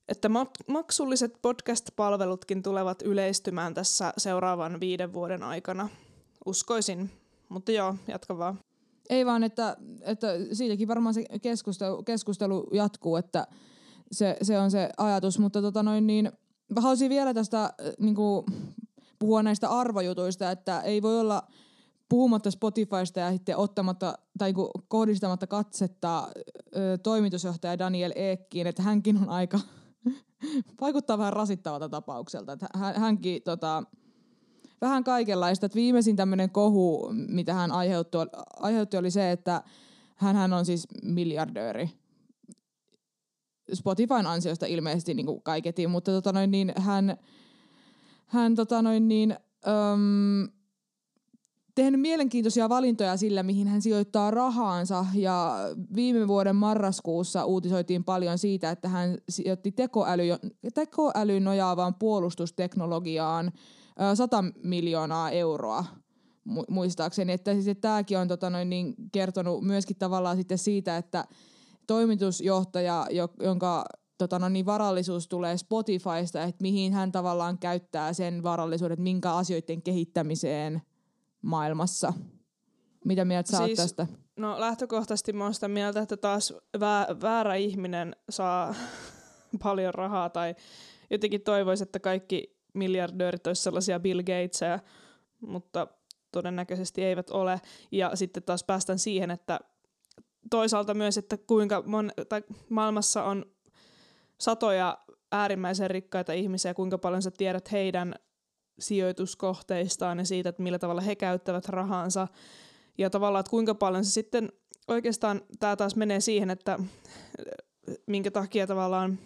että maksulliset podcast-palvelutkin tulevat yleistymään tässä seuraavan viiden vuoden aikana. Uskoisin, mutta joo, jatka vaan. Ei vaan, että, että siitäkin varmaan se keskustelu, keskustelu jatkuu, että se, se on se ajatus, mutta tota noin niin, haluaisin vielä tästä niin kuin, puhua näistä arvojutuista, että ei voi olla puhumatta Spotifysta ja sitten ottamatta tai niin kohdistamatta katsetta ö, toimitusjohtaja Daniel Ekkiin, että hänkin on aika, vaikuttaa vähän rasittavalta tapaukselta, että hän, hänkin tota, vähän kaikenlaista, että viimeisin tämmöinen kohu, mitä hän aiheutti, aiheutti oli se, että hän on siis miljardööri. Spotifyn ansiosta ilmeisesti niin kuin kaiketiin, mutta tota noin niin, hän, hän tota noin niin, öm, tehnyt mielenkiintoisia valintoja sillä, mihin hän sijoittaa rahaansa. Ja viime vuoden marraskuussa uutisoitiin paljon siitä, että hän sijoitti tekoäly, tekoälyyn nojaavaan puolustusteknologiaan sata miljoonaa euroa muistaakseni. Että siis, että tämäkin on tota noin, niin kertonut myöskin tavallaan sitten siitä, että toimitusjohtaja, jonka tota noin, niin varallisuus tulee Spotifysta, että mihin hän tavallaan käyttää sen varallisuuden, minkä asioiden kehittämiseen maailmassa. Mitä mieltä sä siis, oot tästä? No lähtökohtaisesti mä oon sitä mieltä, että taas vä- väärä ihminen saa paljon rahaa tai jotenkin toivoisi, että kaikki miljardöörit olisi sellaisia Bill Gatesia, mutta todennäköisesti eivät ole. Ja sitten taas päästään siihen, että toisaalta myös, että kuinka mon, tai maailmassa on satoja äärimmäisen rikkaita ihmisiä, kuinka paljon sä tiedät heidän sijoituskohteistaan ja siitä, että millä tavalla he käyttävät rahansa. Ja tavallaan, että kuinka paljon se sitten oikeastaan, tämä taas menee siihen, että minkä takia tavallaan,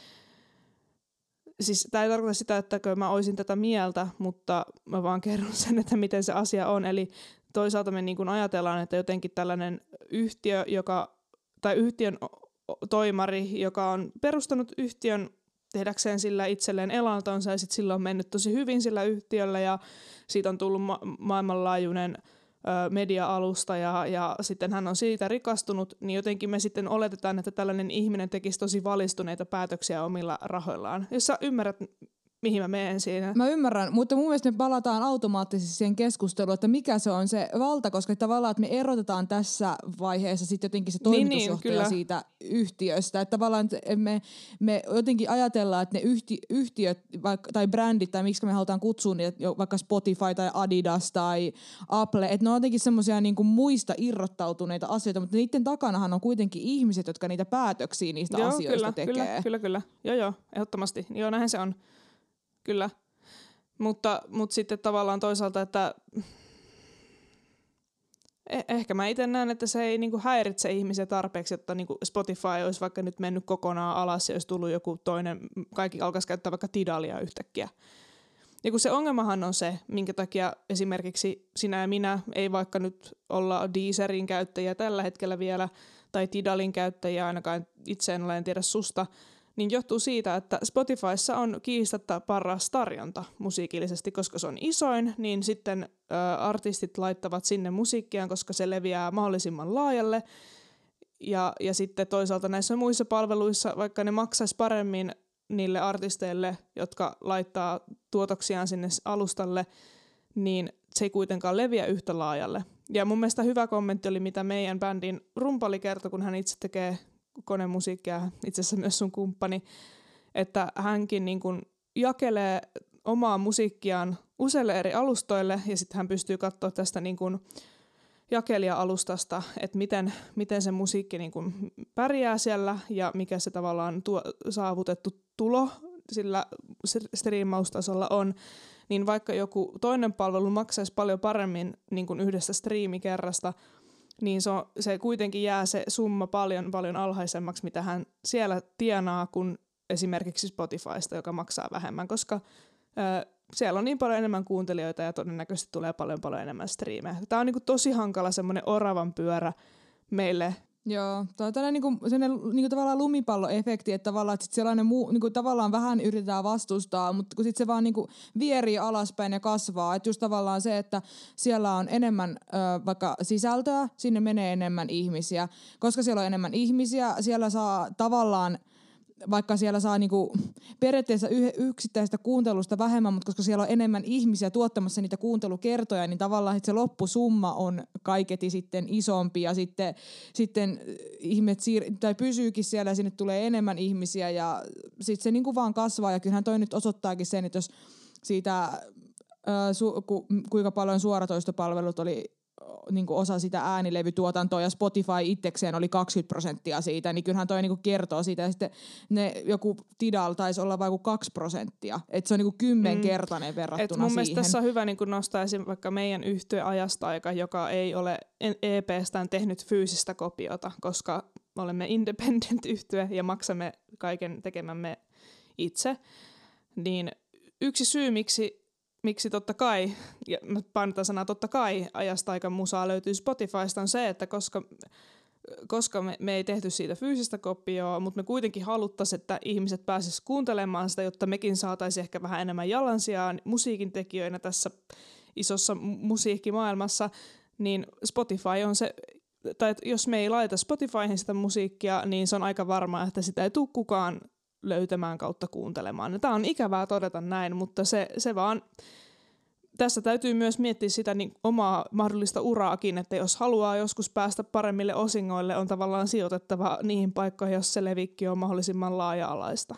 siis tämä ei tarkoita sitä, että mä olisin tätä mieltä, mutta mä vaan kerron sen, että miten se asia on. Eli toisaalta me niin kuin ajatellaan, että jotenkin tällainen yhtiö, joka, tai yhtiön toimari, joka on perustanut yhtiön tehdäkseen sillä itselleen elantonsa ja sitten sillä on mennyt tosi hyvin sillä yhtiöllä ja siitä on tullut ma- maailmanlaajuinen ö, media-alusta ja, ja sitten hän on siitä rikastunut, niin jotenkin me sitten oletetaan, että tällainen ihminen tekisi tosi valistuneita päätöksiä omilla rahoillaan. Jos sä ymmärrät, mihin mä menen siinä. Mä ymmärrän, mutta mun mielestä me palataan automaattisesti siihen keskusteluun, että mikä se on se valta, koska tavallaan, että me erotetaan tässä vaiheessa sitten jotenkin se toimitusjohtaja niin, niin, siitä yhtiöstä. Että tavallaan että me, me jotenkin ajatellaan, että ne yhti, yhtiöt vaikka, tai brändit, tai miksi me halutaan kutsua niitä, vaikka Spotify tai Adidas tai Apple, että ne on jotenkin semmoisia niin kuin muista irrottautuneita asioita, mutta niiden takanahan on kuitenkin ihmiset, jotka niitä päätöksiä niistä joo, asioista kyllä, tekee. Kyllä, kyllä, kyllä. Joo, joo, ehdottomasti. Joo, näinhän se on. Kyllä, mutta, mutta sitten tavallaan toisaalta, että eh- ehkä mä itse näen, että se ei niinku häiritse ihmisiä tarpeeksi, että niinku Spotify olisi vaikka nyt mennyt kokonaan alas ja olisi tullut joku toinen, kaikki alkaisi käyttää vaikka Tidalia yhtäkkiä. Ja kun se ongelmahan on se, minkä takia esimerkiksi sinä ja minä ei vaikka nyt olla Deezerin käyttäjiä tällä hetkellä vielä, tai Tidalin käyttäjiä, ainakaan itse en ole, en tiedä susta, niin johtuu siitä, että Spotifyssa on kiistatta paras tarjonta musiikillisesti, koska se on isoin, niin sitten ä, artistit laittavat sinne musiikkia, koska se leviää mahdollisimman laajalle. Ja, ja sitten toisaalta näissä muissa palveluissa, vaikka ne maksaisi paremmin niille artisteille, jotka laittaa tuotoksiaan sinne alustalle, niin se ei kuitenkaan leviä yhtä laajalle. Ja mun mielestä hyvä kommentti oli, mitä meidän bändin rumpali kertoi, kun hän itse tekee konemusiikkia, itse asiassa myös sun kumppani, että hänkin niin kuin jakelee omaa musiikkiaan useille eri alustoille ja sitten hän pystyy katsoa tästä niin kuin jakelija-alustasta, että miten, miten se musiikki niin kuin pärjää siellä ja mikä se tavallaan tuo, saavutettu tulo sillä striimaustasolla on, niin vaikka joku toinen palvelu maksaisi paljon paremmin niin kuin yhdestä striimikerrasta, niin se, on, se kuitenkin jää se summa paljon, paljon alhaisemmaksi, mitä hän siellä tienaa kuin esimerkiksi Spotifysta, joka maksaa vähemmän, koska ö, siellä on niin paljon enemmän kuuntelijoita ja todennäköisesti tulee paljon paljon enemmän striimejä. Tämä on niin kuin tosi hankala semmoinen oravan pyörä meille. Joo, tämä on tällainen niinku, niinku tavallaan lumipalloefekti, että tavallaan että sit sellainen muu, niinku, tavallaan vähän yritetään vastustaa, mutta kun sit se vaan niinku vierii alaspäin ja kasvaa, että just tavallaan se, että siellä on enemmän ö, vaikka sisältöä, sinne menee enemmän ihmisiä, koska siellä on enemmän ihmisiä, siellä saa tavallaan vaikka siellä saa niinku periaatteessa yksittäisestä kuuntelusta vähemmän, mutta koska siellä on enemmän ihmisiä tuottamassa niitä kuuntelukertoja, niin tavallaan se loppusumma on kaiketi sitten isompi ja sitten, sitten ihmiset siir- tai pysyykin siellä ja sinne tulee enemmän ihmisiä ja sitten se niinku vaan kasvaa ja kyllähän toi nyt osoittaakin sen, että jos siitä ää, su- ku, kuinka paljon suoratoistopalvelut oli niin kuin osa sitä äänilevytuotantoa ja Spotify itsekseen oli kaksikymmentä prosenttia siitä, niin kyllähän toi niin kuin kertoo siitä. Ja sitten ne, joku Tidal taisi olla vain kaksi prosenttia. Että se on niin kuin kymmenkertainen mm. verrattuna Et mun siihen. Mun mielestä tässä on hyvä niin kuin nostaa esiin vaikka meidän yhtye Ajasta-aika, joka ei ole E P:stään tehnyt fyysistä kopiota, koska olemme independent-yhtye ja maksamme kaiken tekemämme itse. Niin yksi syy, miksi Miksi totta kai, ja mä painotan sanaa totta kai, Ajasta-aikan musaa löytyy Spotifysta on se, että koska, koska me, me ei tehty siitä fyysistä kopioa, mutta me kuitenkin haluttaisiin, että ihmiset pääsisivät kuuntelemaan sitä, jotta mekin saataisiin ehkä vähän enemmän jalansijaa musiikin tekijöinä tässä isossa musiikkimaailmassa, niin Spotify on se, tai jos me ei laita Spotifyhin sitä musiikkia, niin se on aika varmaa, että sitä ei tule kukaan löytämään kautta kuuntelemaan. Tämä on ikävää todeta näin, mutta se, se vaan, tässä täytyy myös miettiä sitä niin omaa mahdollista uraakin, että jos haluaa joskus päästä paremmille osingoille, on tavallaan sijoitettava niihin paikkoihin, jos se levikki on mahdollisimman laaja-alaista.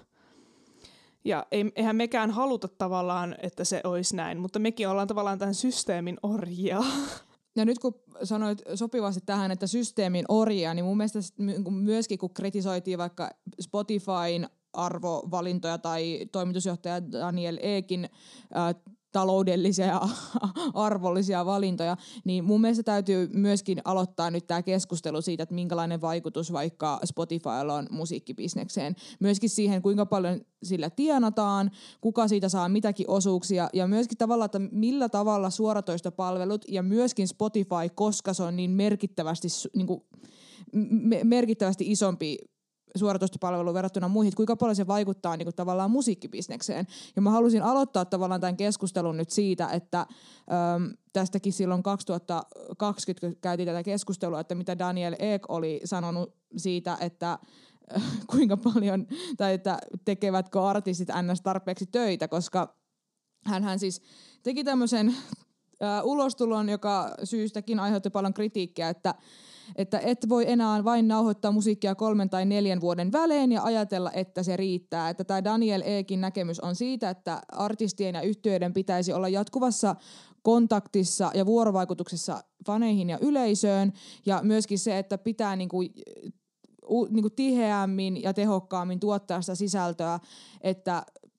Ja eihän mekään haluta tavallaan, että se olisi näin, mutta mekin ollaan tavallaan tämän systeemin orjia. Ja nyt kun sanoit sopivasti tähän, että systeemin orjia, niin mun mielestä myöskin kun kritisoitiin vaikka Spotifyn arvovalintoja tai toimitusjohtaja Daniel Ekin äh, taloudellisia ja arvollisia valintoja, niin mun mielestä täytyy myöskin aloittaa nyt tämä keskustelu siitä, että minkälainen vaikutus vaikka Spotifylla on musiikkibisnekseen. Myöskin siihen, kuinka paljon sillä tienataan, kuka siitä saa mitäkin osuuksia ja myöskin tavallaan, että millä tavalla suoratoistopalvelut ja myöskin Spotify, koska se on niin merkittävästi, niin kuin, merkittävästi isompi suoratoistopalveluun verrattuna muihin, että kuinka paljon se vaikuttaa niin kuin tavallaan musiikkibisnekseen. Ja mä halusin aloittaa tavallaan tämän keskustelun nyt siitä, että äm, tästäkin silloin kaksituhattakaksikymmentä kun käytiin tätä keskustelua, että mitä Daniel Ek oli sanonut siitä, että äh, kuinka paljon, tai että tekevätkö artistit ns. Tarpeeksi töitä, koska hänhän siis teki tämmöisen äh, ulostulon, joka syystäkin aiheutti paljon kritiikkiä, että että et voi enää vain nauhoittaa musiikkia kolmen tai neljän vuoden välein ja ajatella, että se riittää. Että tämä Daniel Ekin näkemys on siitä, että artistien ja yhtyeiden pitäisi olla jatkuvassa kontaktissa ja vuorovaikutuksessa faneihin ja yleisöön. Ja myöskin se, että pitää niinku, niinku tiheämmin ja tehokkaammin tuottaa sitä sisältöä, että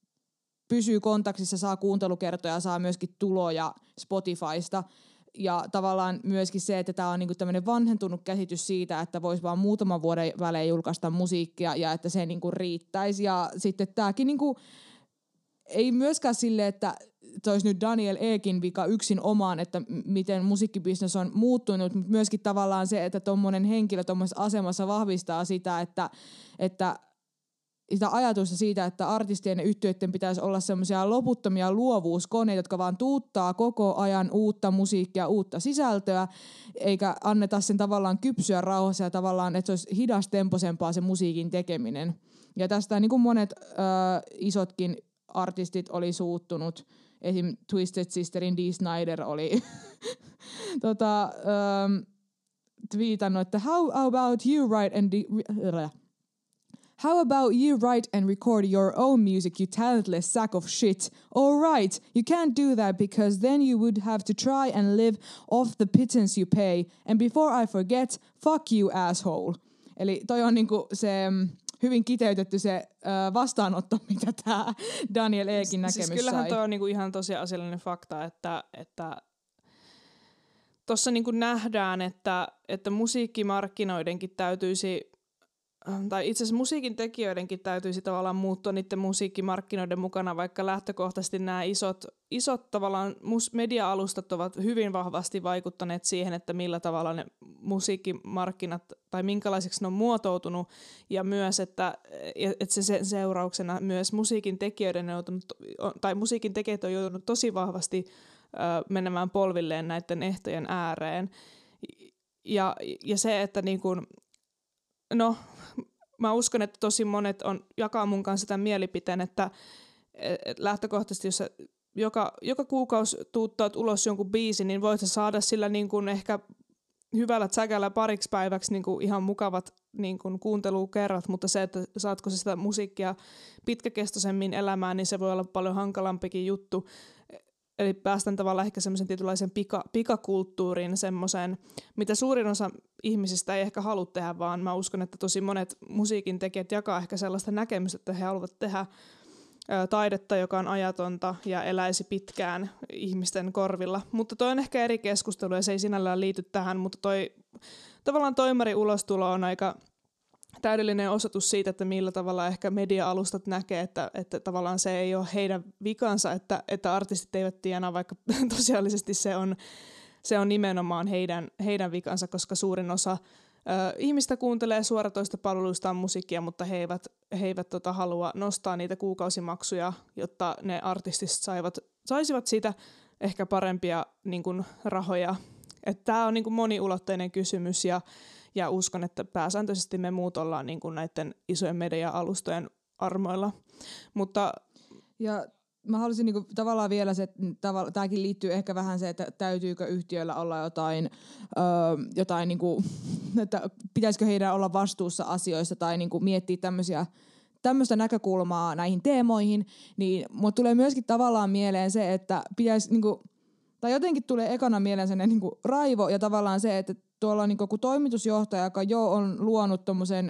pysyy kontaktissa, saa kuuntelukertoja, saa myöskin tuloja Spotifysta. Ja tavallaan myöskin se, että tämä on niinku tämmöinen vanhentunut käsitys siitä, että voisi vaan muutaman vuoden välein julkaista musiikkia ja että se niinku riittäisi. Ja sitten tämäkin niinku, ei myöskään sille, että se olisi nyt Daniel Ekin vika yksin omaan, että miten musiikkibisnes on muuttunut, mutta myöskin tavallaan se, että tuommoinen henkilö tuommoisessa asemassa vahvistaa sitä, että, että sitä ajatusta siitä, että artistien ja yhtyeiden pitäisi olla semmoisia loputtomia luovuuskoneita, jotka vaan tuuttaa koko ajan uutta musiikkia, uutta sisältöä, eikä anneta sen tavallaan kypsyä rauhassa ja tavallaan, että se olisi hidastemposempaa se musiikin tekeminen. Ja tästä niin kuin monet äh, isotkin artistit oli suuttunut. Esim. Twisted Sisterin Dee Snider oli tota, ähm, twiitannut, että how about you write and... De- How about you write and record your own music, you talentless sack of shit? All right, you can't do that because then you would have to try and live off the pittance you pay. And before I forget, fuck you asshole. Eli toi on niinku se hyvin kiteytetty se ö, vastaanotto, mitä tää Daniel Ekin näkemys siis sai. Kyllähän toi on niinku ihan tosiasiallinen fakta, että, että tuossa niinku nähdään, että, että musiikkimarkkinoidenkin täytyisi tai itse asiassa musiikin tekijöidenkin täytyisi tavallaan muuttua niiden musiikkimarkkinoiden mukana, vaikka lähtökohtaisesti nämä isot, isot tavallaan mus- media-alustat ovat hyvin vahvasti vaikuttaneet siihen, että millä tavalla ne musiikkimarkkinat tai minkälaiseksi ne on muotoutunut ja myös, että, että se sen seurauksena myös musiikin tekijöiden on joutunut, tai musiikin tekijät on joutunut tosi vahvasti ö, menemään polvilleen näiden ehtojen ääreen. Ja, ja se, että niin kuin, no mä uskon, että tosi monet on, jakaa mun kanssa tämän mielipiteen, että et lähtökohtaisesti, jos sä joka, joka kuukausi tuuttaat ulos jonkun biisin, niin voit sä saada sillä niin kuin ehkä hyvällä tsäkällä pariksi päiväksi niin kuin ihan mukavat niin kuin kuuntelukerrat, mutta se, että saatko se sitä musiikkia pitkäkestoisemmin elämään, niin se voi olla paljon hankalampikin juttu. Eli päästään tavallaan ehkä semmoisen tietynlaisen pika, pikakulttuuriin, semmoiseen, mitä suurin osa ihmisistä ei ehkä halua tehdä, vaan mä uskon, että tosi monet musiikin tekijät jakaa ehkä sellaista näkemystä, että he haluavat tehdä ä, taidetta, joka on ajatonta ja eläisi pitkään ihmisten korvilla. Mutta toi on ehkä eri keskustelu ja se ei sinällään liity tähän, mutta toi tavallaan toimari ulostulo on aika täydellinen osoitus siitä, että millä tavalla ehkä media-alustat näkee, että, että tavallaan se ei ole heidän vikansa, että, että artistit eivät tienaa, vaikka tosiaalisesti se on, se on nimenomaan heidän, heidän vikansa, koska suurin osa ö, ihmistä kuuntelee suoratoista palveluistaan musiikkia, mutta he eivät, he eivät tota, halua nostaa niitä kuukausimaksuja, jotta ne artistit saivat, saisivat siitä ehkä parempia niin kuin, rahoja. Tämä on niin kuin moniulotteinen kysymys ja Ja uskon, että pääsääntöisesti me muut ollaan niin kuin näiden isojen media-alustojen armoilla. Mutta ja mä haluaisin niinku tavallaan vielä se, että tavalla, tämäkin liittyy ehkä vähän se, että täytyykö yhtiöillä olla jotain, öö, jotain niinku, että pitäisikö heidän olla vastuussa asioista tai niinku miettiä tämmöisiä tämmöistä näkökulmaa näihin teemoihin, niin mulle tulee myöskin tavallaan mieleen se, että pitäisi niinku, tai jotenkin tulee ekana mieleen sellainen niinku raivo ja tavallaan se, että tuolla on niin kuin toimitusjohtaja, joka jo on luonut tommosen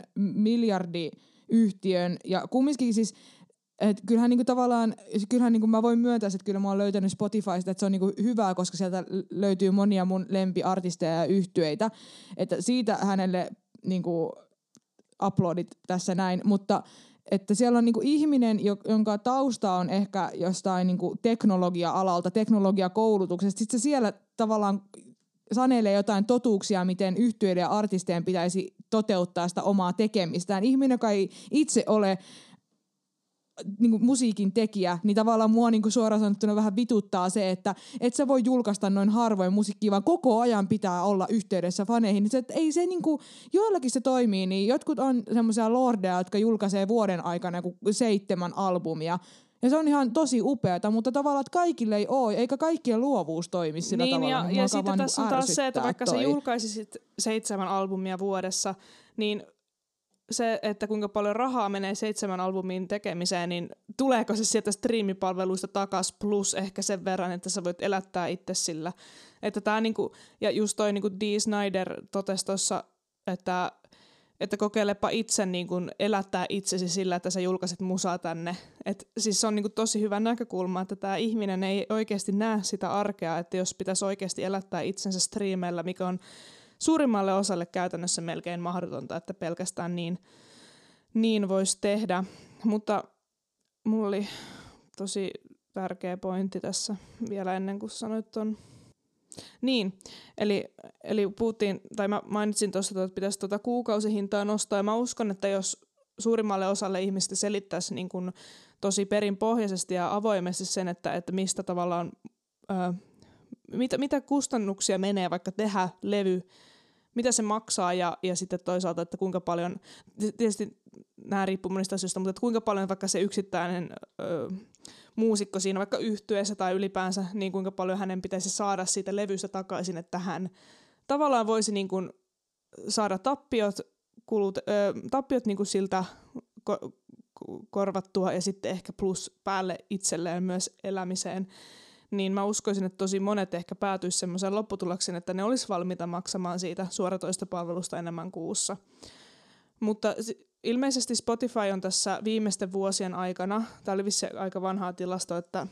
miljardiyhtiön ja kumminkin siis, että kyllähän niin kuin tavallaan, kyllähän niin kuin mä voin myöntää, että kyllä mä oon löytänyt Spotifysta, että se on niin kuin hyvää, koska sieltä löytyy monia mun lempiartisteja ja yhtyeitä, että siitä hänelle niin kuin uploadit tässä näin, mutta että siellä on niinku ihminen, jonka tausta on ehkä jostain niinku teknologia-alalta, teknologiakoulutuksesta, sitten se siellä tavallaan sanelee jotain totuuksia, miten yhtyeiden ja artistien pitäisi toteuttaa sitä omaa tekemistään. Ihminen, joka ei itse ole niin kuin musiikin tekijä, niin tavallaan mua niin kuin suoraan sanottuna vähän vituttaa se, että et sä voi julkaista noin harvoin musiikkia, vaan koko ajan pitää olla yhteydessä faneihin. Niin se, että ei se niin kuin, joillakin se toimii, niin jotkut on semmoisia lordeja, jotka julkaisee vuoden aikana joku seitsemän albumia. Ja se on ihan tosi upeata, mutta tavallaan, että kaikille ei ole, eikä kaikkien luovuus toimi sillä niin, tavalla. Ja, niin ja sitten vaan tässä on taas se, että vaikka toi. sä julkaisisit seitsemän albumia vuodessa, niin se, että kuinka paljon rahaa menee seitsemän albumin tekemiseen, niin tuleeko se sieltä striimipalveluista takas plus ehkä sen verran, että sä voit elättää itse sillä. Että tää niinku, ja just toi niinku Dee Snider totesi tossa, että, että kokeilepa itse niinku elättää itsesi sillä, että sä julkaiset musaa tänne. Et siis se on niinku tosi hyvä näkökulma, että tää ihminen ei oikeasti näe sitä arkea, että jos pitäisi oikeasti elättää itsensä striimeillä, mikä on suurimmalle osalle käytännössä melkein mahdotonta, että pelkästään niin, niin voisi tehdä. Mutta mulla oli tosi tärkeä pointti tässä vielä ennen kuin sanoit ton. Niin, eli, eli puhuttiin, tai mä mainitsin tuossa, että pitäisi tuota kuukausihintaa nostaa, ja mä uskon, että jos suurimmalle osalle ihmistä selittäisi niin kuin tosi perinpohjaisesti ja avoimesti sen, että, että mistä tavallaan Ää, Mitä, mitä kustannuksia menee vaikka tehdä levy, mitä se maksaa ja, ja sitten toisaalta, että kuinka paljon, tietysti nämä riippuu monista asioista, mutta että kuinka paljon vaikka se yksittäinen ö, muusikko siinä vaikka yhtyeessä tai ylipäänsä, niin kuinka paljon hänen pitäisi saada siitä levystä takaisin, että hän tavallaan voisi niin kuin saada tappiot, kulut, ö, tappiot niin kuin siltä ko- korvattua ja sitten ehkä plus päälle itselleen myös elämiseen. Niin mä uskoisin, että tosi monet ehkä päätyisi semmoiseen lopputulokseen, että ne olisi valmiita maksamaan siitä suoratoista palvelusta enemmän kuussa. Mutta ilmeisesti Spotify on tässä viimeisten vuosien aikana, tämä oli vissi aika vanhaa tilasto, että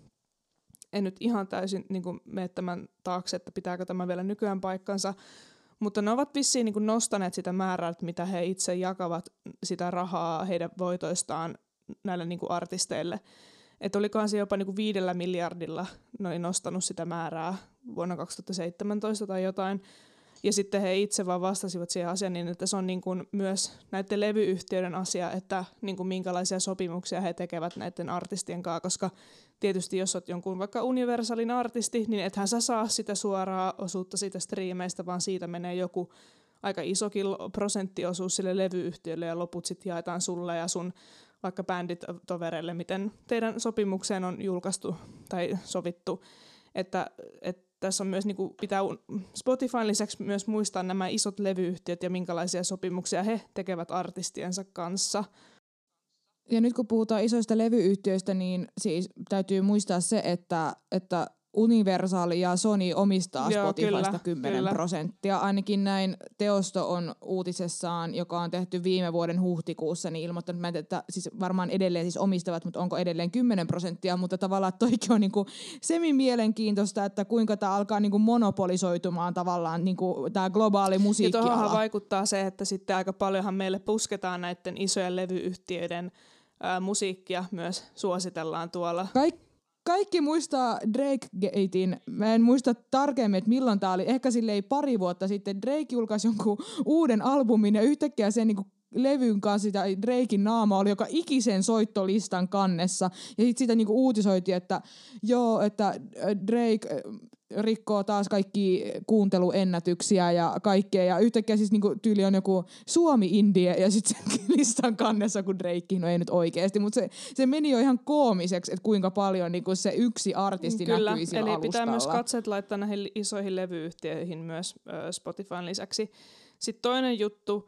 en nyt ihan täysin niin kuin mene tämän taakse, että pitääkö tämä vielä nykyään paikkansa, mutta ne ovat vissiin niin kuin nostaneet sitä määrää, että mitä he itse jakavat sitä rahaa heidän voitoistaan näille niin kuin artisteille. Että olikohan se jopa niinku viidellä miljardilla noin nostanut sitä määrää vuonna kaksituhattaseitsemäntoista tai jotain. Ja sitten he itse vaan vastasivat siihen asiaan niin, että se on niinku myös näiden levyyhtiöiden asia, että niinku minkälaisia sopimuksia he tekevät näiden artistien kanssa. Koska tietysti jos olet jonkun vaikka Universalin artisti, niin ethän sä saa sitä suoraa osuutta siitä striimeistä, vaan siitä menee joku aika isokin prosenttiosuus sille levyyhtiölle ja loput sitten jaetaan sulle ja sun vaikka bänditovereille, miten teidän sopimukseen on julkaistu tai sovittu. Että, että tässä on myös, niin kuin pitää Spotifyn lisäksi myös muistaa nämä isot levyyhtiöt ja minkälaisia sopimuksia he tekevät artistiensa kanssa. Ja nyt kun puhutaan isoista levyyhtiöistä, niin siis täytyy muistaa se, että, että Universal ja Sony omistaa Joo, Spotifysta kyllä, kymmenen kyllä. prosenttia. Ainakin näin Teosto on uutisessaan, joka on tehty viime vuoden huhtikuussa, niin ilmoittanut, mä en, että siis varmaan edelleen siis omistavat, mutta onko edelleen kymmenen prosenttia, mutta tavallaan toikin on niinku semi-mielenkiintoista, että kuinka tämä alkaa niinku monopolisoitumaan tavallaan niinku tämä globaali musiikkiala. Ja tuohonhan vaikuttaa se, että sitten aika paljonhan meille pusketaan näiden isojen levyyhtiöiden ää, musiikkia myös suositellaan tuolla. Kaik- Kaikki muistaa Drake-gatein. Mä en muista tarkemmin, että milloin tää oli. Ehkä silleen pari vuotta sitten Drake julkaisi jonkun uuden albumin ja yhtäkkiä sen niinku levyn kanssa sitä Drakein naama oli joka ikisen soittolistan kannessa. Ja sitten sitä niinku uutisoitiin, että joo, että Drake rikkoo taas kaikki kuunteluennätyksiä ja kaikkea. Ja yhtäkkiä siis niinku tyyli on joku Suomi-indie ja sitten sen listan kannessa kuin Drake, no ei nyt oikeasti. Mutta se, se meni jo ihan koomiseksi, että kuinka paljon niinku se yksi artisti Kyllä, näkyi sillä eli alustalla. pitää myös katseet laittaa näihin isoihin levyyhtiöihin myös äh, Spotifyn lisäksi. Sitten toinen juttu,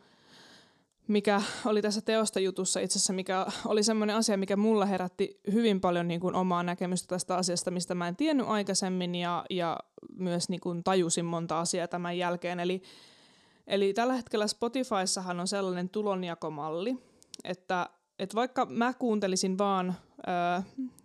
mikä oli tässä Teosta-jutussa itse asiassa, mikä oli semmoinen asia, mikä mulla herätti hyvin paljon niin kuin omaa näkemystä tästä asiasta, mistä mä en tiennyt aikaisemmin ja, ja myös niin kuin tajusin monta asiaa tämän jälkeen. Eli, eli tällä hetkellä Spotifyssahan on sellainen tulonjakomalli, että, että vaikka mä kuuntelisin vaan, ää,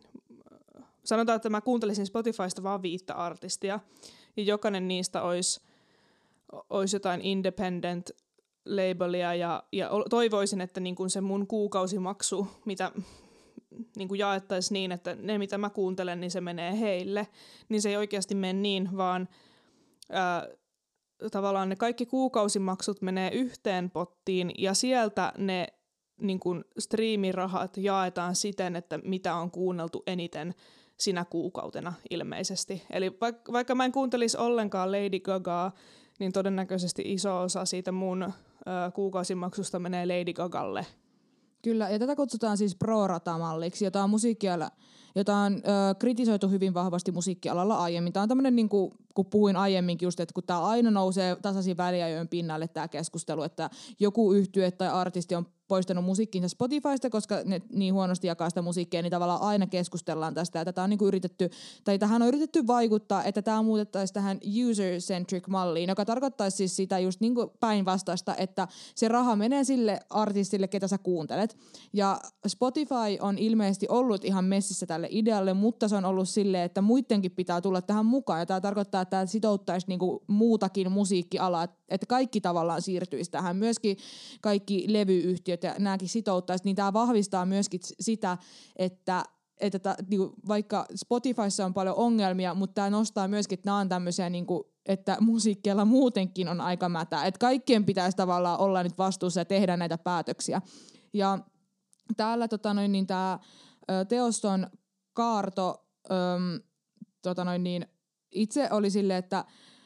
sanotaan, että mä kuuntelisin Spotifysta vaan viittä artistia ja jokainen niistä olisi, olisi jotain independent labelia ja, ja toivoisin, että niin kuin se mun kuukausimaksu, mitä niin kuin jaettaisiin niin, että ne mitä mä kuuntelen, niin se menee heille, niin se ei oikeasti mene niin, vaan ää, tavallaan ne kaikki kuukausimaksut menee yhteen pottiin ja sieltä ne niin kuin striimirahat jaetaan siten, että mitä on kuunneltu eniten sinä kuukautena ilmeisesti. Eli vaikka, vaikka mä en kuuntelisi ollenkaan Lady Gagaa, niin todennäköisesti iso osa siitä mun ö, kuukausimaksusta menee Lady Gagalle. Kyllä, ja tätä kutsutaan siis pro-rata-malliksi, jota on musiikkiala, jota on ö, kritisoitu hyvin vahvasti musiikkialalla aiemmin. Tämä on tämmöinen, niin kuin, kun puhuin aiemminkin just, että kun tämä aina nousee tasaisin väliajoin pinnalle tämä keskustelu, että joku yhtye tai artisti on poistanut musiikkinsa Spotifysta, koska ne niin huonosti jakaa sitä musiikkia, niin tavallaan aina keskustellaan tästä. Ja tätä on niin kuin yritetty, tai tähän on yritetty vaikuttaa, että tämä muutettaisiin tähän user-centric malliin, joka tarkoittaisi siis sitä just niin kuin päinvastaista, että se raha menee sille artistille, ketä sä kuuntelet. Ja Spotify on ilmeisesti ollut ihan messissä tälle idealle, mutta se on ollut silleen, että muidenkin pitää tulla tähän mukaan. Ja tämä tarkoittaa, että tämä sitouttaisi niin kuin muutakin musiikkialaa, että kaikki tavallaan siirtyisi tähän. Myöskin kaikki levyyhtiöt ja nämäkin sitouttaisi, niin tämä vahvistaa myöskin sitä, että, että ta, niinku, vaikka Spotifyssa on paljon ongelmia, mutta tämä nostaa myöskin, että nämä on tämmöisiä, niinku, että musiikkialla muutenkin on aika mätä. Että kaikkien pitäisi tavallaan olla nyt vastuussa ja tehdä näitä päätöksiä. Ja täällä tota noin, niin tämä Teoston Kaarto öm, tota noin, niin, itse oli silleen, että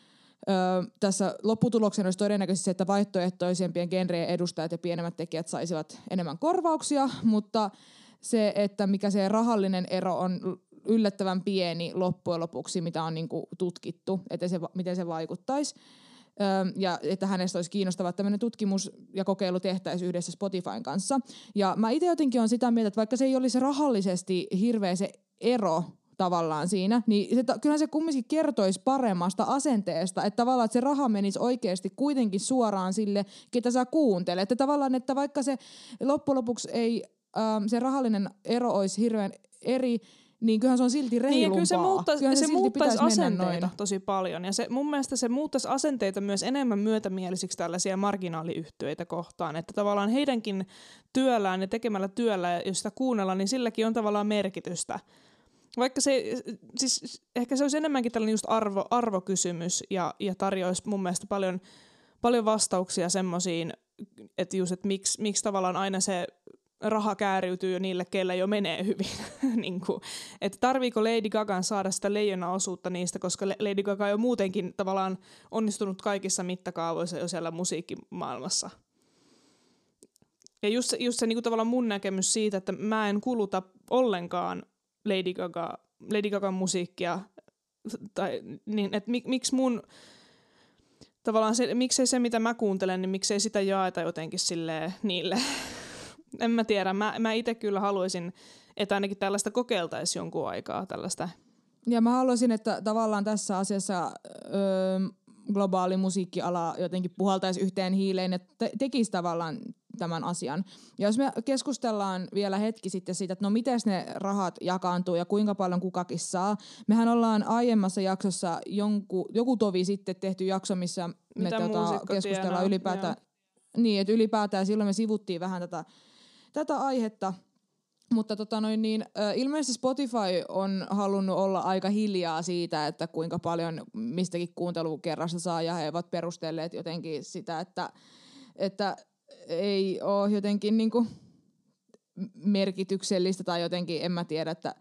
Öö, tässä lopputuloksena olisi todennäköisesti se, että vaihtoehtoisempien genreen edustajat ja pienemmät tekijät saisivat enemmän korvauksia, mutta se, että mikä se rahallinen ero on yllättävän pieni loppujen lopuksi, mitä on niinku tutkittu, että se, miten se vaikuttaisi. Öö, ja että hänestä olisi kiinnostava, että tämmöinen tutkimus ja kokeilu tehtäisiin yhdessä Spotifyn kanssa. Ja mä itse jotenkin olen sitä mieltä, että vaikka se ei olisi rahallisesti hirveä se ero, tavallaan siinä, niin se, kyllähän se kumminkin kertoisi paremmasta asenteesta, että tavallaan että se raha menisi oikeasti kuitenkin suoraan sille, ketä sä kuuntelet. Että tavallaan, että vaikka se loppujen lopuksi ei, ähm, se rahallinen ero olisi hirveän eri, niin kyllähän se on silti reilumpaa. Niin, kyllä se muuttaisi, kyllähän se se muuttaisi asenteita noin. tosi paljon. Ja se, mun mielestä se muuttaisi asenteita myös enemmän myötämielisiksi tällaisia marginaaliyhtyeitä kohtaan. Että tavallaan heidänkin työllään ja tekemällä työllä, jos sitä kuunnellaan, niin silläkin on tavallaan merkitystä. Vaikka se, siis ehkä se olisi enemmänkin tällainen just arvo, arvokysymys ja, ja tarjoaisi mun mielestä paljon, paljon vastauksia semmoisiin, että just, että miksi, miksi tavallaan aina se raha kääriytyy jo niille, keillä jo menee hyvin. niin kuin, että tarviiko Lady Gagan saada sitä leijonaosuutta niistä, koska Lady Gaga on jo muutenkin tavallaan onnistunut kaikissa mittakaavoissa jo siellä musiikkimaailmassa. Ja just se, just se niin kuin tavallaan mun näkemys siitä, että mä en kuluta ollenkaan Lady Gaga, Lady Gagan musiikkia, tai niin, että mik, miksi mun tavallaan se, miksei se, mitä mä kuuntelen, niin miksei sitä jaeta jotenkin silleen niille. En mä tiedä. Mä, mä itse kyllä haluaisin, että ainakin tällaista kokeiltaisiin jonkun aikaa tällaista. Ja mä haluaisin, että tavallaan tässä asiassa öö, globaali musiikkiala jotenkin puhaltaisi yhteen hiileen ja te- tekisi tavallaan tämän asian. Ja jos me keskustellaan vielä hetki sitten siitä, että no miten ne rahat jakaantuu ja kuinka paljon kukakin saa. Mehän ollaan aiemmassa jaksossa jonku, joku tovi sitten tehty jakso, missä me tota, keskustellaan tienaa, ylipäätään. Joo. Niin, että ylipäätään silloin me sivuttiin vähän tätä, tätä aihetta. Mutta tota noin niin, äh, ilmeisesti Spotify on halunnut olla aika hiljaa siitä, että kuinka paljon mistäkin kuuntelukerrasta saa, ja he ovat perustelleet jotenkin sitä, että, että ei ole jotenkin niinku merkityksellistä tai jotenkin, en mä tiedä, että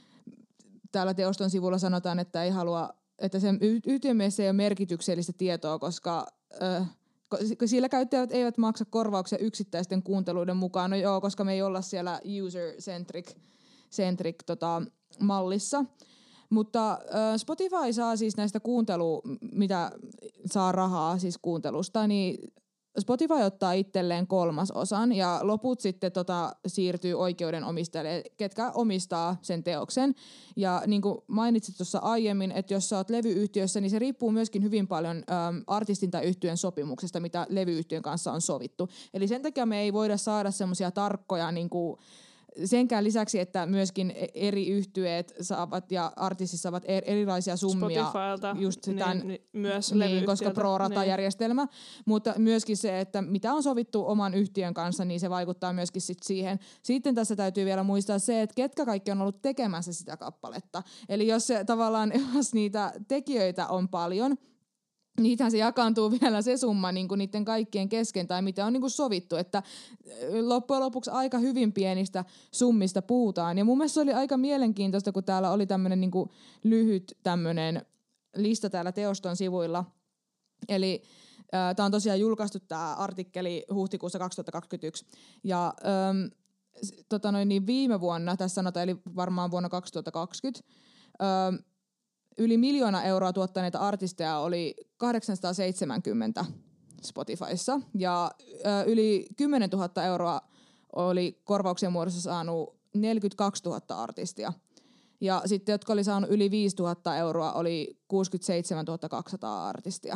täällä teoston sivulla sanotaan, että ei halua, että sen yhtiön mielestä ei ole merkityksellistä tietoa, koska äh, sillä käyttäjät eivät maksa korvauksia yksittäisten kuunteluiden mukaan. No joo, koska me ei olla siellä user-centric centric, tota, mallissa. Mutta äh, Spotify saa siis näistä kuuntelu, mitä saa rahaa siis kuuntelusta, niin Spotify ottaa itselleen kolmasosan ja loput sitten tota, siirtyy oikeudenomistajille, ketkä omistaa sen teoksen. Ja niin kuin mainitsit tuossa aiemmin, että jos sä oot levyyhtiössä, niin se riippuu myöskin hyvin paljon äm, artistin tai yhtyön sopimuksesta, mitä levyyhtiön kanssa on sovittu. Eli sen takia me ei voida saada semmoisia tarkkoja niin kuin senkään lisäksi, että myöskin eri yhtyeet saavat ja artistit saavat erilaisia summia. Spotifylta, just sitä, niin, niin, myös niin, koska pro-rata-järjestelmä, niin. Mutta myöskin se, että mitä on sovittu oman yhtiön kanssa, niin se vaikuttaa myöskin sit siihen. Sitten tässä täytyy vielä muistaa se, että ketkä kaikki on ollut tekemässä sitä kappaletta. Eli jos se tavallaan, jos niitä tekijöitä on paljon, niitähän se jakaantuu vielä se summa niin kuin niiden kaikkien kesken tai mitä on niin kuin sovittu, että loppujen lopuksi aika hyvin pienistä summista puhutaan. Ja mun mielestä se oli aika mielenkiintoista, kun täällä oli tämmöinen niin kuin lyhyt tämmöinen lista täällä teoston sivuilla. Eli äh, tämä on tosiaan julkaistu tämä artikkeli huhtikuussa kaksituhattakaksikymmentäyksi. Ja ähm, tota noin, niin viime vuonna, tässä sanotaan, eli varmaan vuonna kaksituhattakaksikymmentä, ähm, yli miljoona euroa tuottaneita artisteja oli kahdeksansataaseitsemänkymmentä Spotifyssa ja ö, yli kymmenen tuhatta euroa oli korvauksien muodossa saanut neljäkymmentäkaksituhatta artistia. Ja sitten jotka oli saanut yli viisituhatta euroa oli kuusikymmentäseitsemäntuhatta kaksisataa artistia.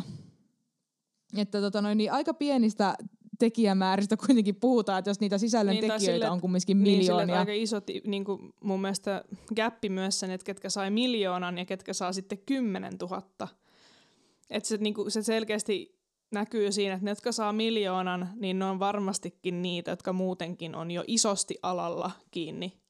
Että tota noin, niin aika pienistä tekijämääristä kuitenkin puhutaan, että jos niitä sisällön niin, tekijöitä sille, on kumminkin miljoonia. Niin, aika iso niin kuin mun mielestä gappi myös sen, että ketkä sai miljoonan ja ketkä saa sitten kymmenen tuhatta. Että se, niin kuin, se selkeästi näkyy siinä, että ne, jotka saa miljoonan, niin ne on varmastikin niitä, jotka muutenkin on jo isosti alalla kiinni.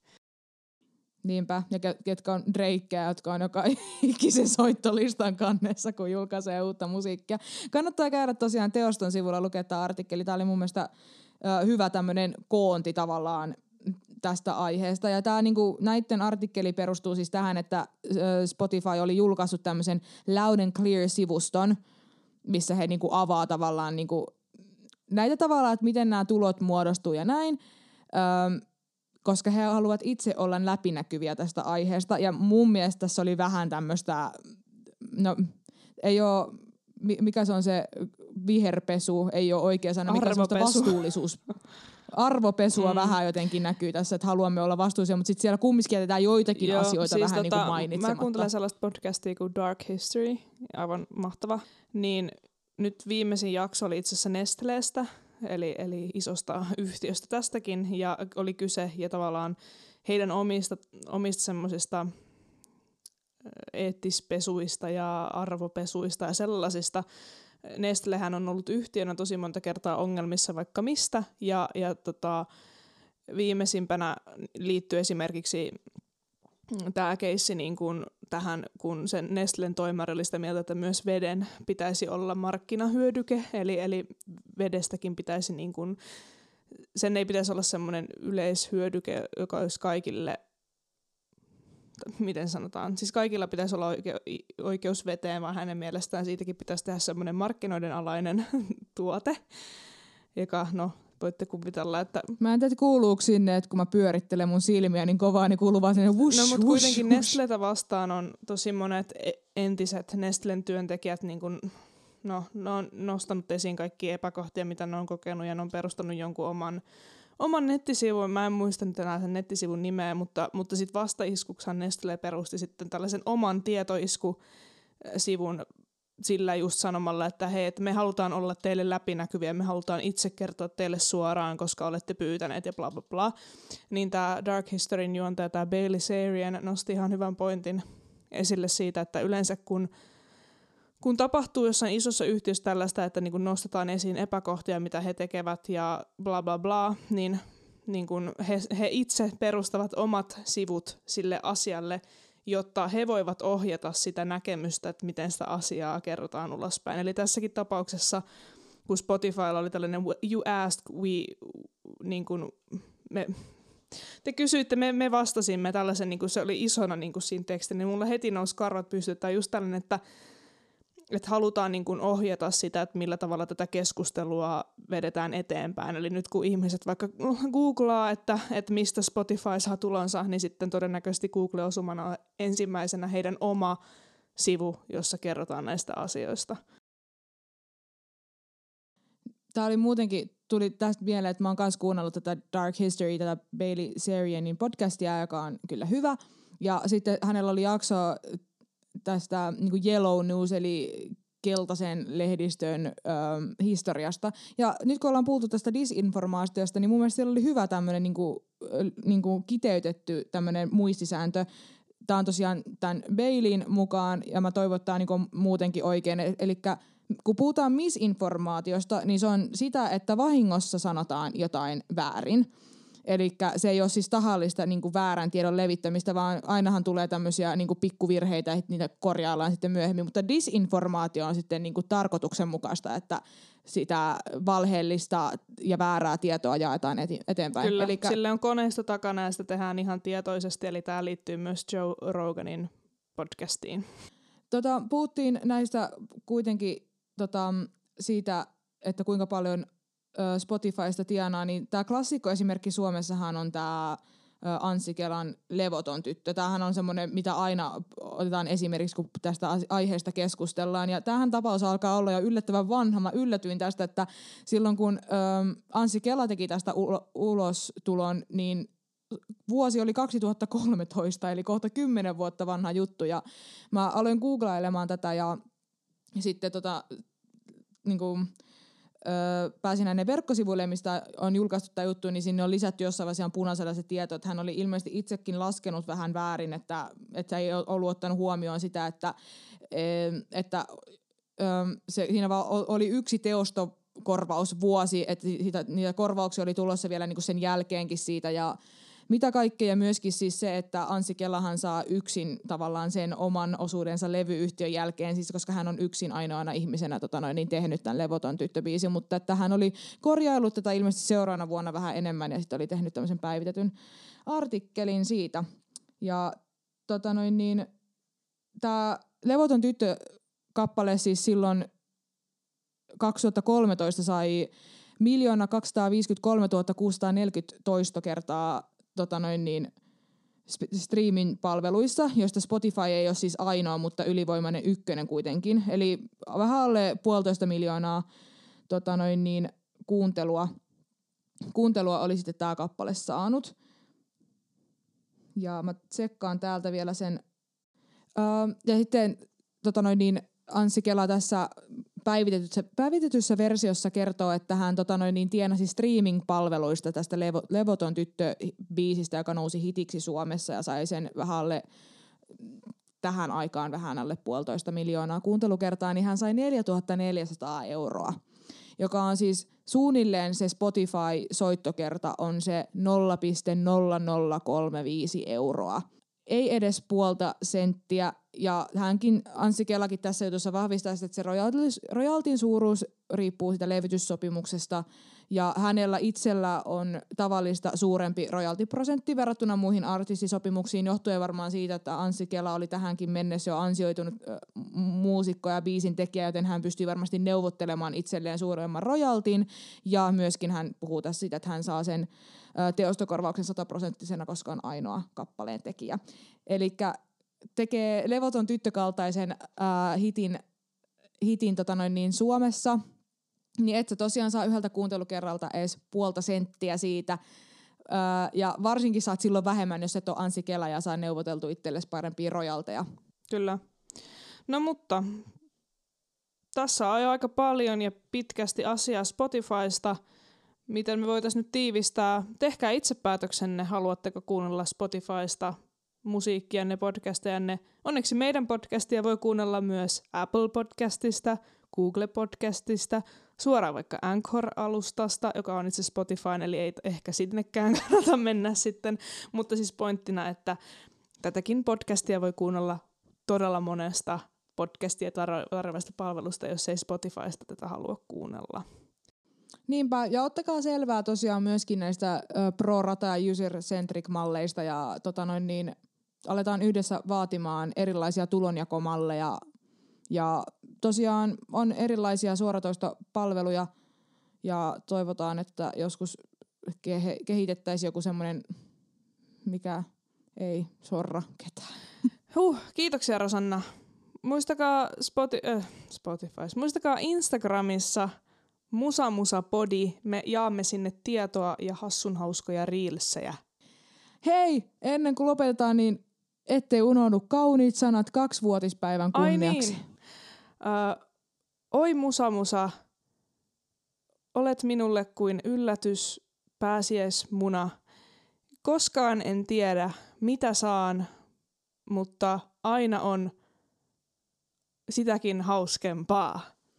Niinpä, ja ketkä on Drakeä, jotka on joka ikisen soittolistan kannessa, kun julkaisee uutta musiikkia. Kannattaa käydä tosiaan teoston sivulla lukea tämä artikkeli. Tämä oli mun mielestä ö, hyvä tämmöinen koonti tavallaan tästä aiheesta. Ja tämä niinku, näiden artikkeli perustuu siis tähän, että ö, Spotify oli julkaissut tämmöisen Loud and Clear-sivuston, missä he niinku avaa tavallaan niinku, näitä tavallaan, että miten nämä tulot muodostuu ja näin. Ö, koska he haluavat itse olla läpinäkyviä tästä aiheesta. Ja mun mielestä tässä oli vähän tämmöistä, no ei ole, mikä se on se viherpesu, ei ole oikea sana, mikä se on vastuullisuus. Arvopesua mm. vähän jotenkin näkyy tässä, että haluamme olla vastuullisia, mutta sitten siellä kumminkin jätetään joitakin Joo, asioita siis vähän tota, niin kuin mainitsematta. Mä kuuntelen sellaista podcastia kuin Dark History, aivan mahtava. Niin nyt viimeisin jakso oli itse asiassa Nestleestä, Eli, eli isosta yhtiöstä tästäkin, ja oli kyse ja tavallaan heidän omista, omista semmoisista eettispesuista ja arvopesuista ja sellaisista. Nestlehän on ollut yhtiönä tosi monta kertaa ongelmissa vaikka mistä, ja, ja tota, viimeisimpänä liittyy esimerkiksi tämä keissi niin kuin tähän, kun sen Nestlen toimari oli sitä mieltä, että myös veden pitäisi olla markkinahyödyke, eli, eli vedestäkin pitäisi niin kuin sen ei pitäisi olla semmoinen yleishyödyke, joka olisi kaikille, miten sanotaan, siis kaikilla pitäisi olla oike- oikeus veteen, vaan hänen mielestään siitäkin pitäisi tehdä semmoinen markkinoiden alainen tuote, joka, no, voitte kuvitella, että... Mä en tiedä, kuuluuko sinne, että kun mä pyörittelen mun silmiä niin kovaa, niin kuuluu vaan sinne wush, No, mutta kuitenkin wush. Nestletä vastaan on tosi monet entiset Nestlen työntekijät, niin kun, no, ne on nostanut esiin kaikki epäkohtia, mitä ne on kokenut, ja ne on perustanut jonkun oman, oman nettisivun. Mä en muista nyt enää sen nettisivun nimeä, mutta, mutta sitten vastaiskuksihan Nestle perusti sitten tällaisen oman tietoiskusivun sillä just sanomalla, että hei, että me halutaan olla teille läpinäkyviä, me halutaan itse kertoa teille suoraan, koska olette pyytäneet ja bla bla bla. Niin tämä Dark Historyn juontaja, tämä Bailey Sarian, nosti ihan hyvän pointin esille siitä, että yleensä kun, kun tapahtuu jossain isossa yhtiössä tällaista, että niin kun nostetaan esiin epäkohtia, mitä he tekevät ja bla bla bla, niin, niin kun he, he itse perustavat omat sivut sille asialle, jotta he voivat ohjata sitä näkemystä, että miten sitä asiaa kerrotaan ulospäin. Eli tässäkin tapauksessa, kun Spotifylla oli tällainen you asked, we, niin kuin me, te kysyitte, me, me vastasimme tällaisen, niin kuin se oli isona niin kuin siinä tekstissä, niin mulla heti nousi karvat pystyyn, että just tällainen, että, että halutaan niin kuin ohjata sitä, että millä tavalla tätä keskustelua vedetään eteenpäin. Eli nyt kun ihmiset vaikka googlaa, että, että mistä Spotify saa tulonsa, niin sitten todennäköisesti Google osumana on ensimmäisenä heidän oma sivu, jossa kerrotaan näistä asioista. Tämä oli muutenkin, tuli tästä mieleen, että mä oon kanssa kuunnellut tätä Dark History, tätä Bailey Sarianin podcastia, joka on kyllä hyvä. Ja sitten hänellä oli jakso tästä niin kuin Yellow News, eli keltaisen lehdistön ö, historiasta. Ja nyt kun ollaan puhuttu tästä disinformaatiosta, niin mun mielestä siellä oli hyvä tämmöinen niin kuin, niin kuin kiteytetty tämmöinen muistisääntö. Tämä on tosiaan tämän Baileyn mukaan, ja mä toivon, että tämä on niin kuin muutenkin oikein. Eli kun puhutaan misinformaatiosta, niin se on sitä, että vahingossa sanotaan jotain väärin. Eli se ei ole siis tahallista niin kuin väärän tiedon levittämistä, vaan ainahan tulee tämmöisiä niin kuin pikkuvirheitä, että niitä korjaillaan sitten myöhemmin. Mutta disinformaatio on sitten niin kuin tarkoituksenmukaista, että sitä valheellista ja väärää tietoa jaetaan eteenpäin. Kyllä, Elikkä sille on koneisto takana ja sitä tehdään ihan tietoisesti, eli tämä liittyy myös Joe Roganin podcastiin. Tota, puhuttiin näistä kuitenkin tota, siitä, että kuinka paljon ö, Spotifysta tienaa, niin tämä klassikkoesimerkki Suomessahan on tämä Anssi Kelan Levoton tyttö. Tämähän on semmoinen, mitä aina otetaan esimerkiksi, kun tästä aiheesta keskustellaan. Ja tämähän tapaus alkaa olla jo yllättävän vanha. Mä yllätyin tästä, että silloin kun ö, Anssi Kela teki tästä ulo- ulostulon, niin vuosi oli kaksituhattakolmetoista, eli kohta kymmenen vuotta vanha juttu. Ja mä aloin googlailemaan tätä ja sitten tota, niin kuin, Öö, pääsin näiden verkkosivuille, mistä on julkaistu tämä juttu, niin sinne on lisätty jossain vaiheessa punaisella se tieto, että hän oli ilmeisesti itsekin laskenut vähän väärin, että, että ei ollut ottanut huomioon sitä, että, että se, siinä vaan oli yksi teostokorvausvuosi, että siitä, niitä korvauksia oli tulossa vielä niin kuin sen jälkeenkin siitä ja mitä kaikkea, ja myöskin siis se, että Anssi Kelahan saa yksin tavallaan sen oman osuudensa levyyhtiön jälkeen, siis koska hän on yksin ainoana ihmisenä tota noin, niin tehnyt tämän Levoton tyttöbiisin, mutta että hän oli korjaillut tätä ilmeisesti seuraavana vuonna vähän enemmän ja sitten oli tehnyt tämmöisen päivitetyn artikkelin siitä. Ja tota noin, niin, tämä Levoton tyttö-kappale siis silloin kaksituhattakolmetoista sai miljoona kaksisataaviisikymmentäkolmetuhatta kuusisataaneljäkymmentä toistokertaa tota noin niin, streaming-palveluissa, joista Spotify ei ole siis ainoa, mutta ylivoimainen ykkönen kuitenkin. Eli vähän alle puolitoista miljoonaa tota noin niin, kuuntelua, kuuntelua oli sitten tämä kappale saanut. Ja mä tsekkaan täältä vielä sen. Öö, ja sitten tota noin niin, Anssi Kela tässä päivitetyssä, päivitetyssä versiossa kertoo, että hän tota noin, niin tienasi streaming-palveluista tästä Levo, Levoton tyttö-biisistä, joka nousi hitiksi Suomessa ja sai sen vähän alle, tähän aikaan vähän alle puolitoista miljoonaa kuuntelukertaa, niin hän sai neljätuhattaneljäsataa euroa, joka on siis suunnilleen se Spotify-soittokerta on se nolla pilkku nolla nolla kolme viisi euroa. Ei edes puolta senttiä ja hänkin, Anssi Kelakin tässä jutussa vahvistaa, että se royaltin suuruus riippuu siitä levityssopimuksesta, ja hänellä itsellä on tavallista suurempi royaltiprosentti verrattuna muihin artistisopimuksiin, johtuen varmaan siitä, että Anssi Kela oli tähänkin mennessä jo ansioitunut äh, muusikko ja biisin tekijä, joten hän pystyy varmasti neuvottelemaan itselleen suuremman royaltin, ja myöskin hän puhuu tässä siitä, että hän saa sen äh, teostokorvauksen sataprosenttisena, koska on ainoa kappaleen tekijä. Elikkä tekee levoton tyttökaltaisen äh, hitin, hitin tota noin niin Suomessa, niin et sä tosiaan saa yhdeltä kuuntelukerralta edes puolta senttiä siitä. Öö, ja varsinkin saat silloin vähemmän, jos et ole Anssi Kela ja saa neuvoteltu itsellesi parempia rojalteja. Kyllä. No mutta tässä on jo aika paljon ja pitkästi asiaa Spotifysta. Miten me voitaisiin nyt tiivistää? Tehkää itse päätöksenne, haluatteko kuunnella Spotifysta musiikkianne, podcastejanne. Onneksi meidän podcastia voi kuunnella myös Apple Podcastista, Google Podcastista, suoraan vaikka Anchor-alustasta, joka on itse Spotifyn, eli ei ehkä sinnekään kannata mennä sitten. Mutta siis pointtina, että tätäkin podcastia voi kuunnella todella monesta podcastia tarjoavasta palvelusta, jos ei Spotifysta tätä halua kuunnella. Niinpä, ja ottakaa selvää tosiaan myöskin näistä ö, pro-rata- ja user-centric-malleista, ja tota noin niin, aletaan yhdessä vaatimaan erilaisia tulonjakomalleja, ja tosiaan on erilaisia suoratoistopalveluja, ja toivotaan, että joskus ke- kehitettäisiin joku semmoinen, mikä ei sorra ketään. Huh, kiitoksia Rosanna. Muistakaa Spoti- äh, Spotify, muistakaa Instagramissa Musa Musa Podi, me jaamme sinne tietoa ja hassun hauskoja reelsejä. Hei, ennen kuin lopetetaan, niin ettei unohdu kauniit sanat kaksivuotispäivän kunniaksi. Ai niin. Ö, oi Musa Musa, olet minulle kuin yllätys, pääsiäismuna. Koskaan en tiedä, mitä saan, mutta aina on sitäkin hauskempaa.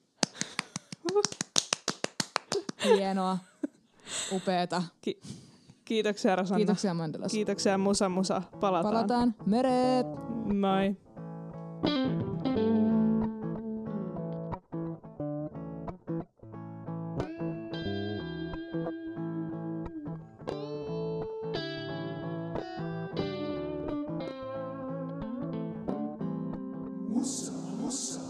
Hienoa. Upeeta. Ki- kiitoksia Rosanna. Kiitoksia Mandelas. Kiitoksia Musa Musa. Palataan. Palataan. Meret! Moi. Musa, musa.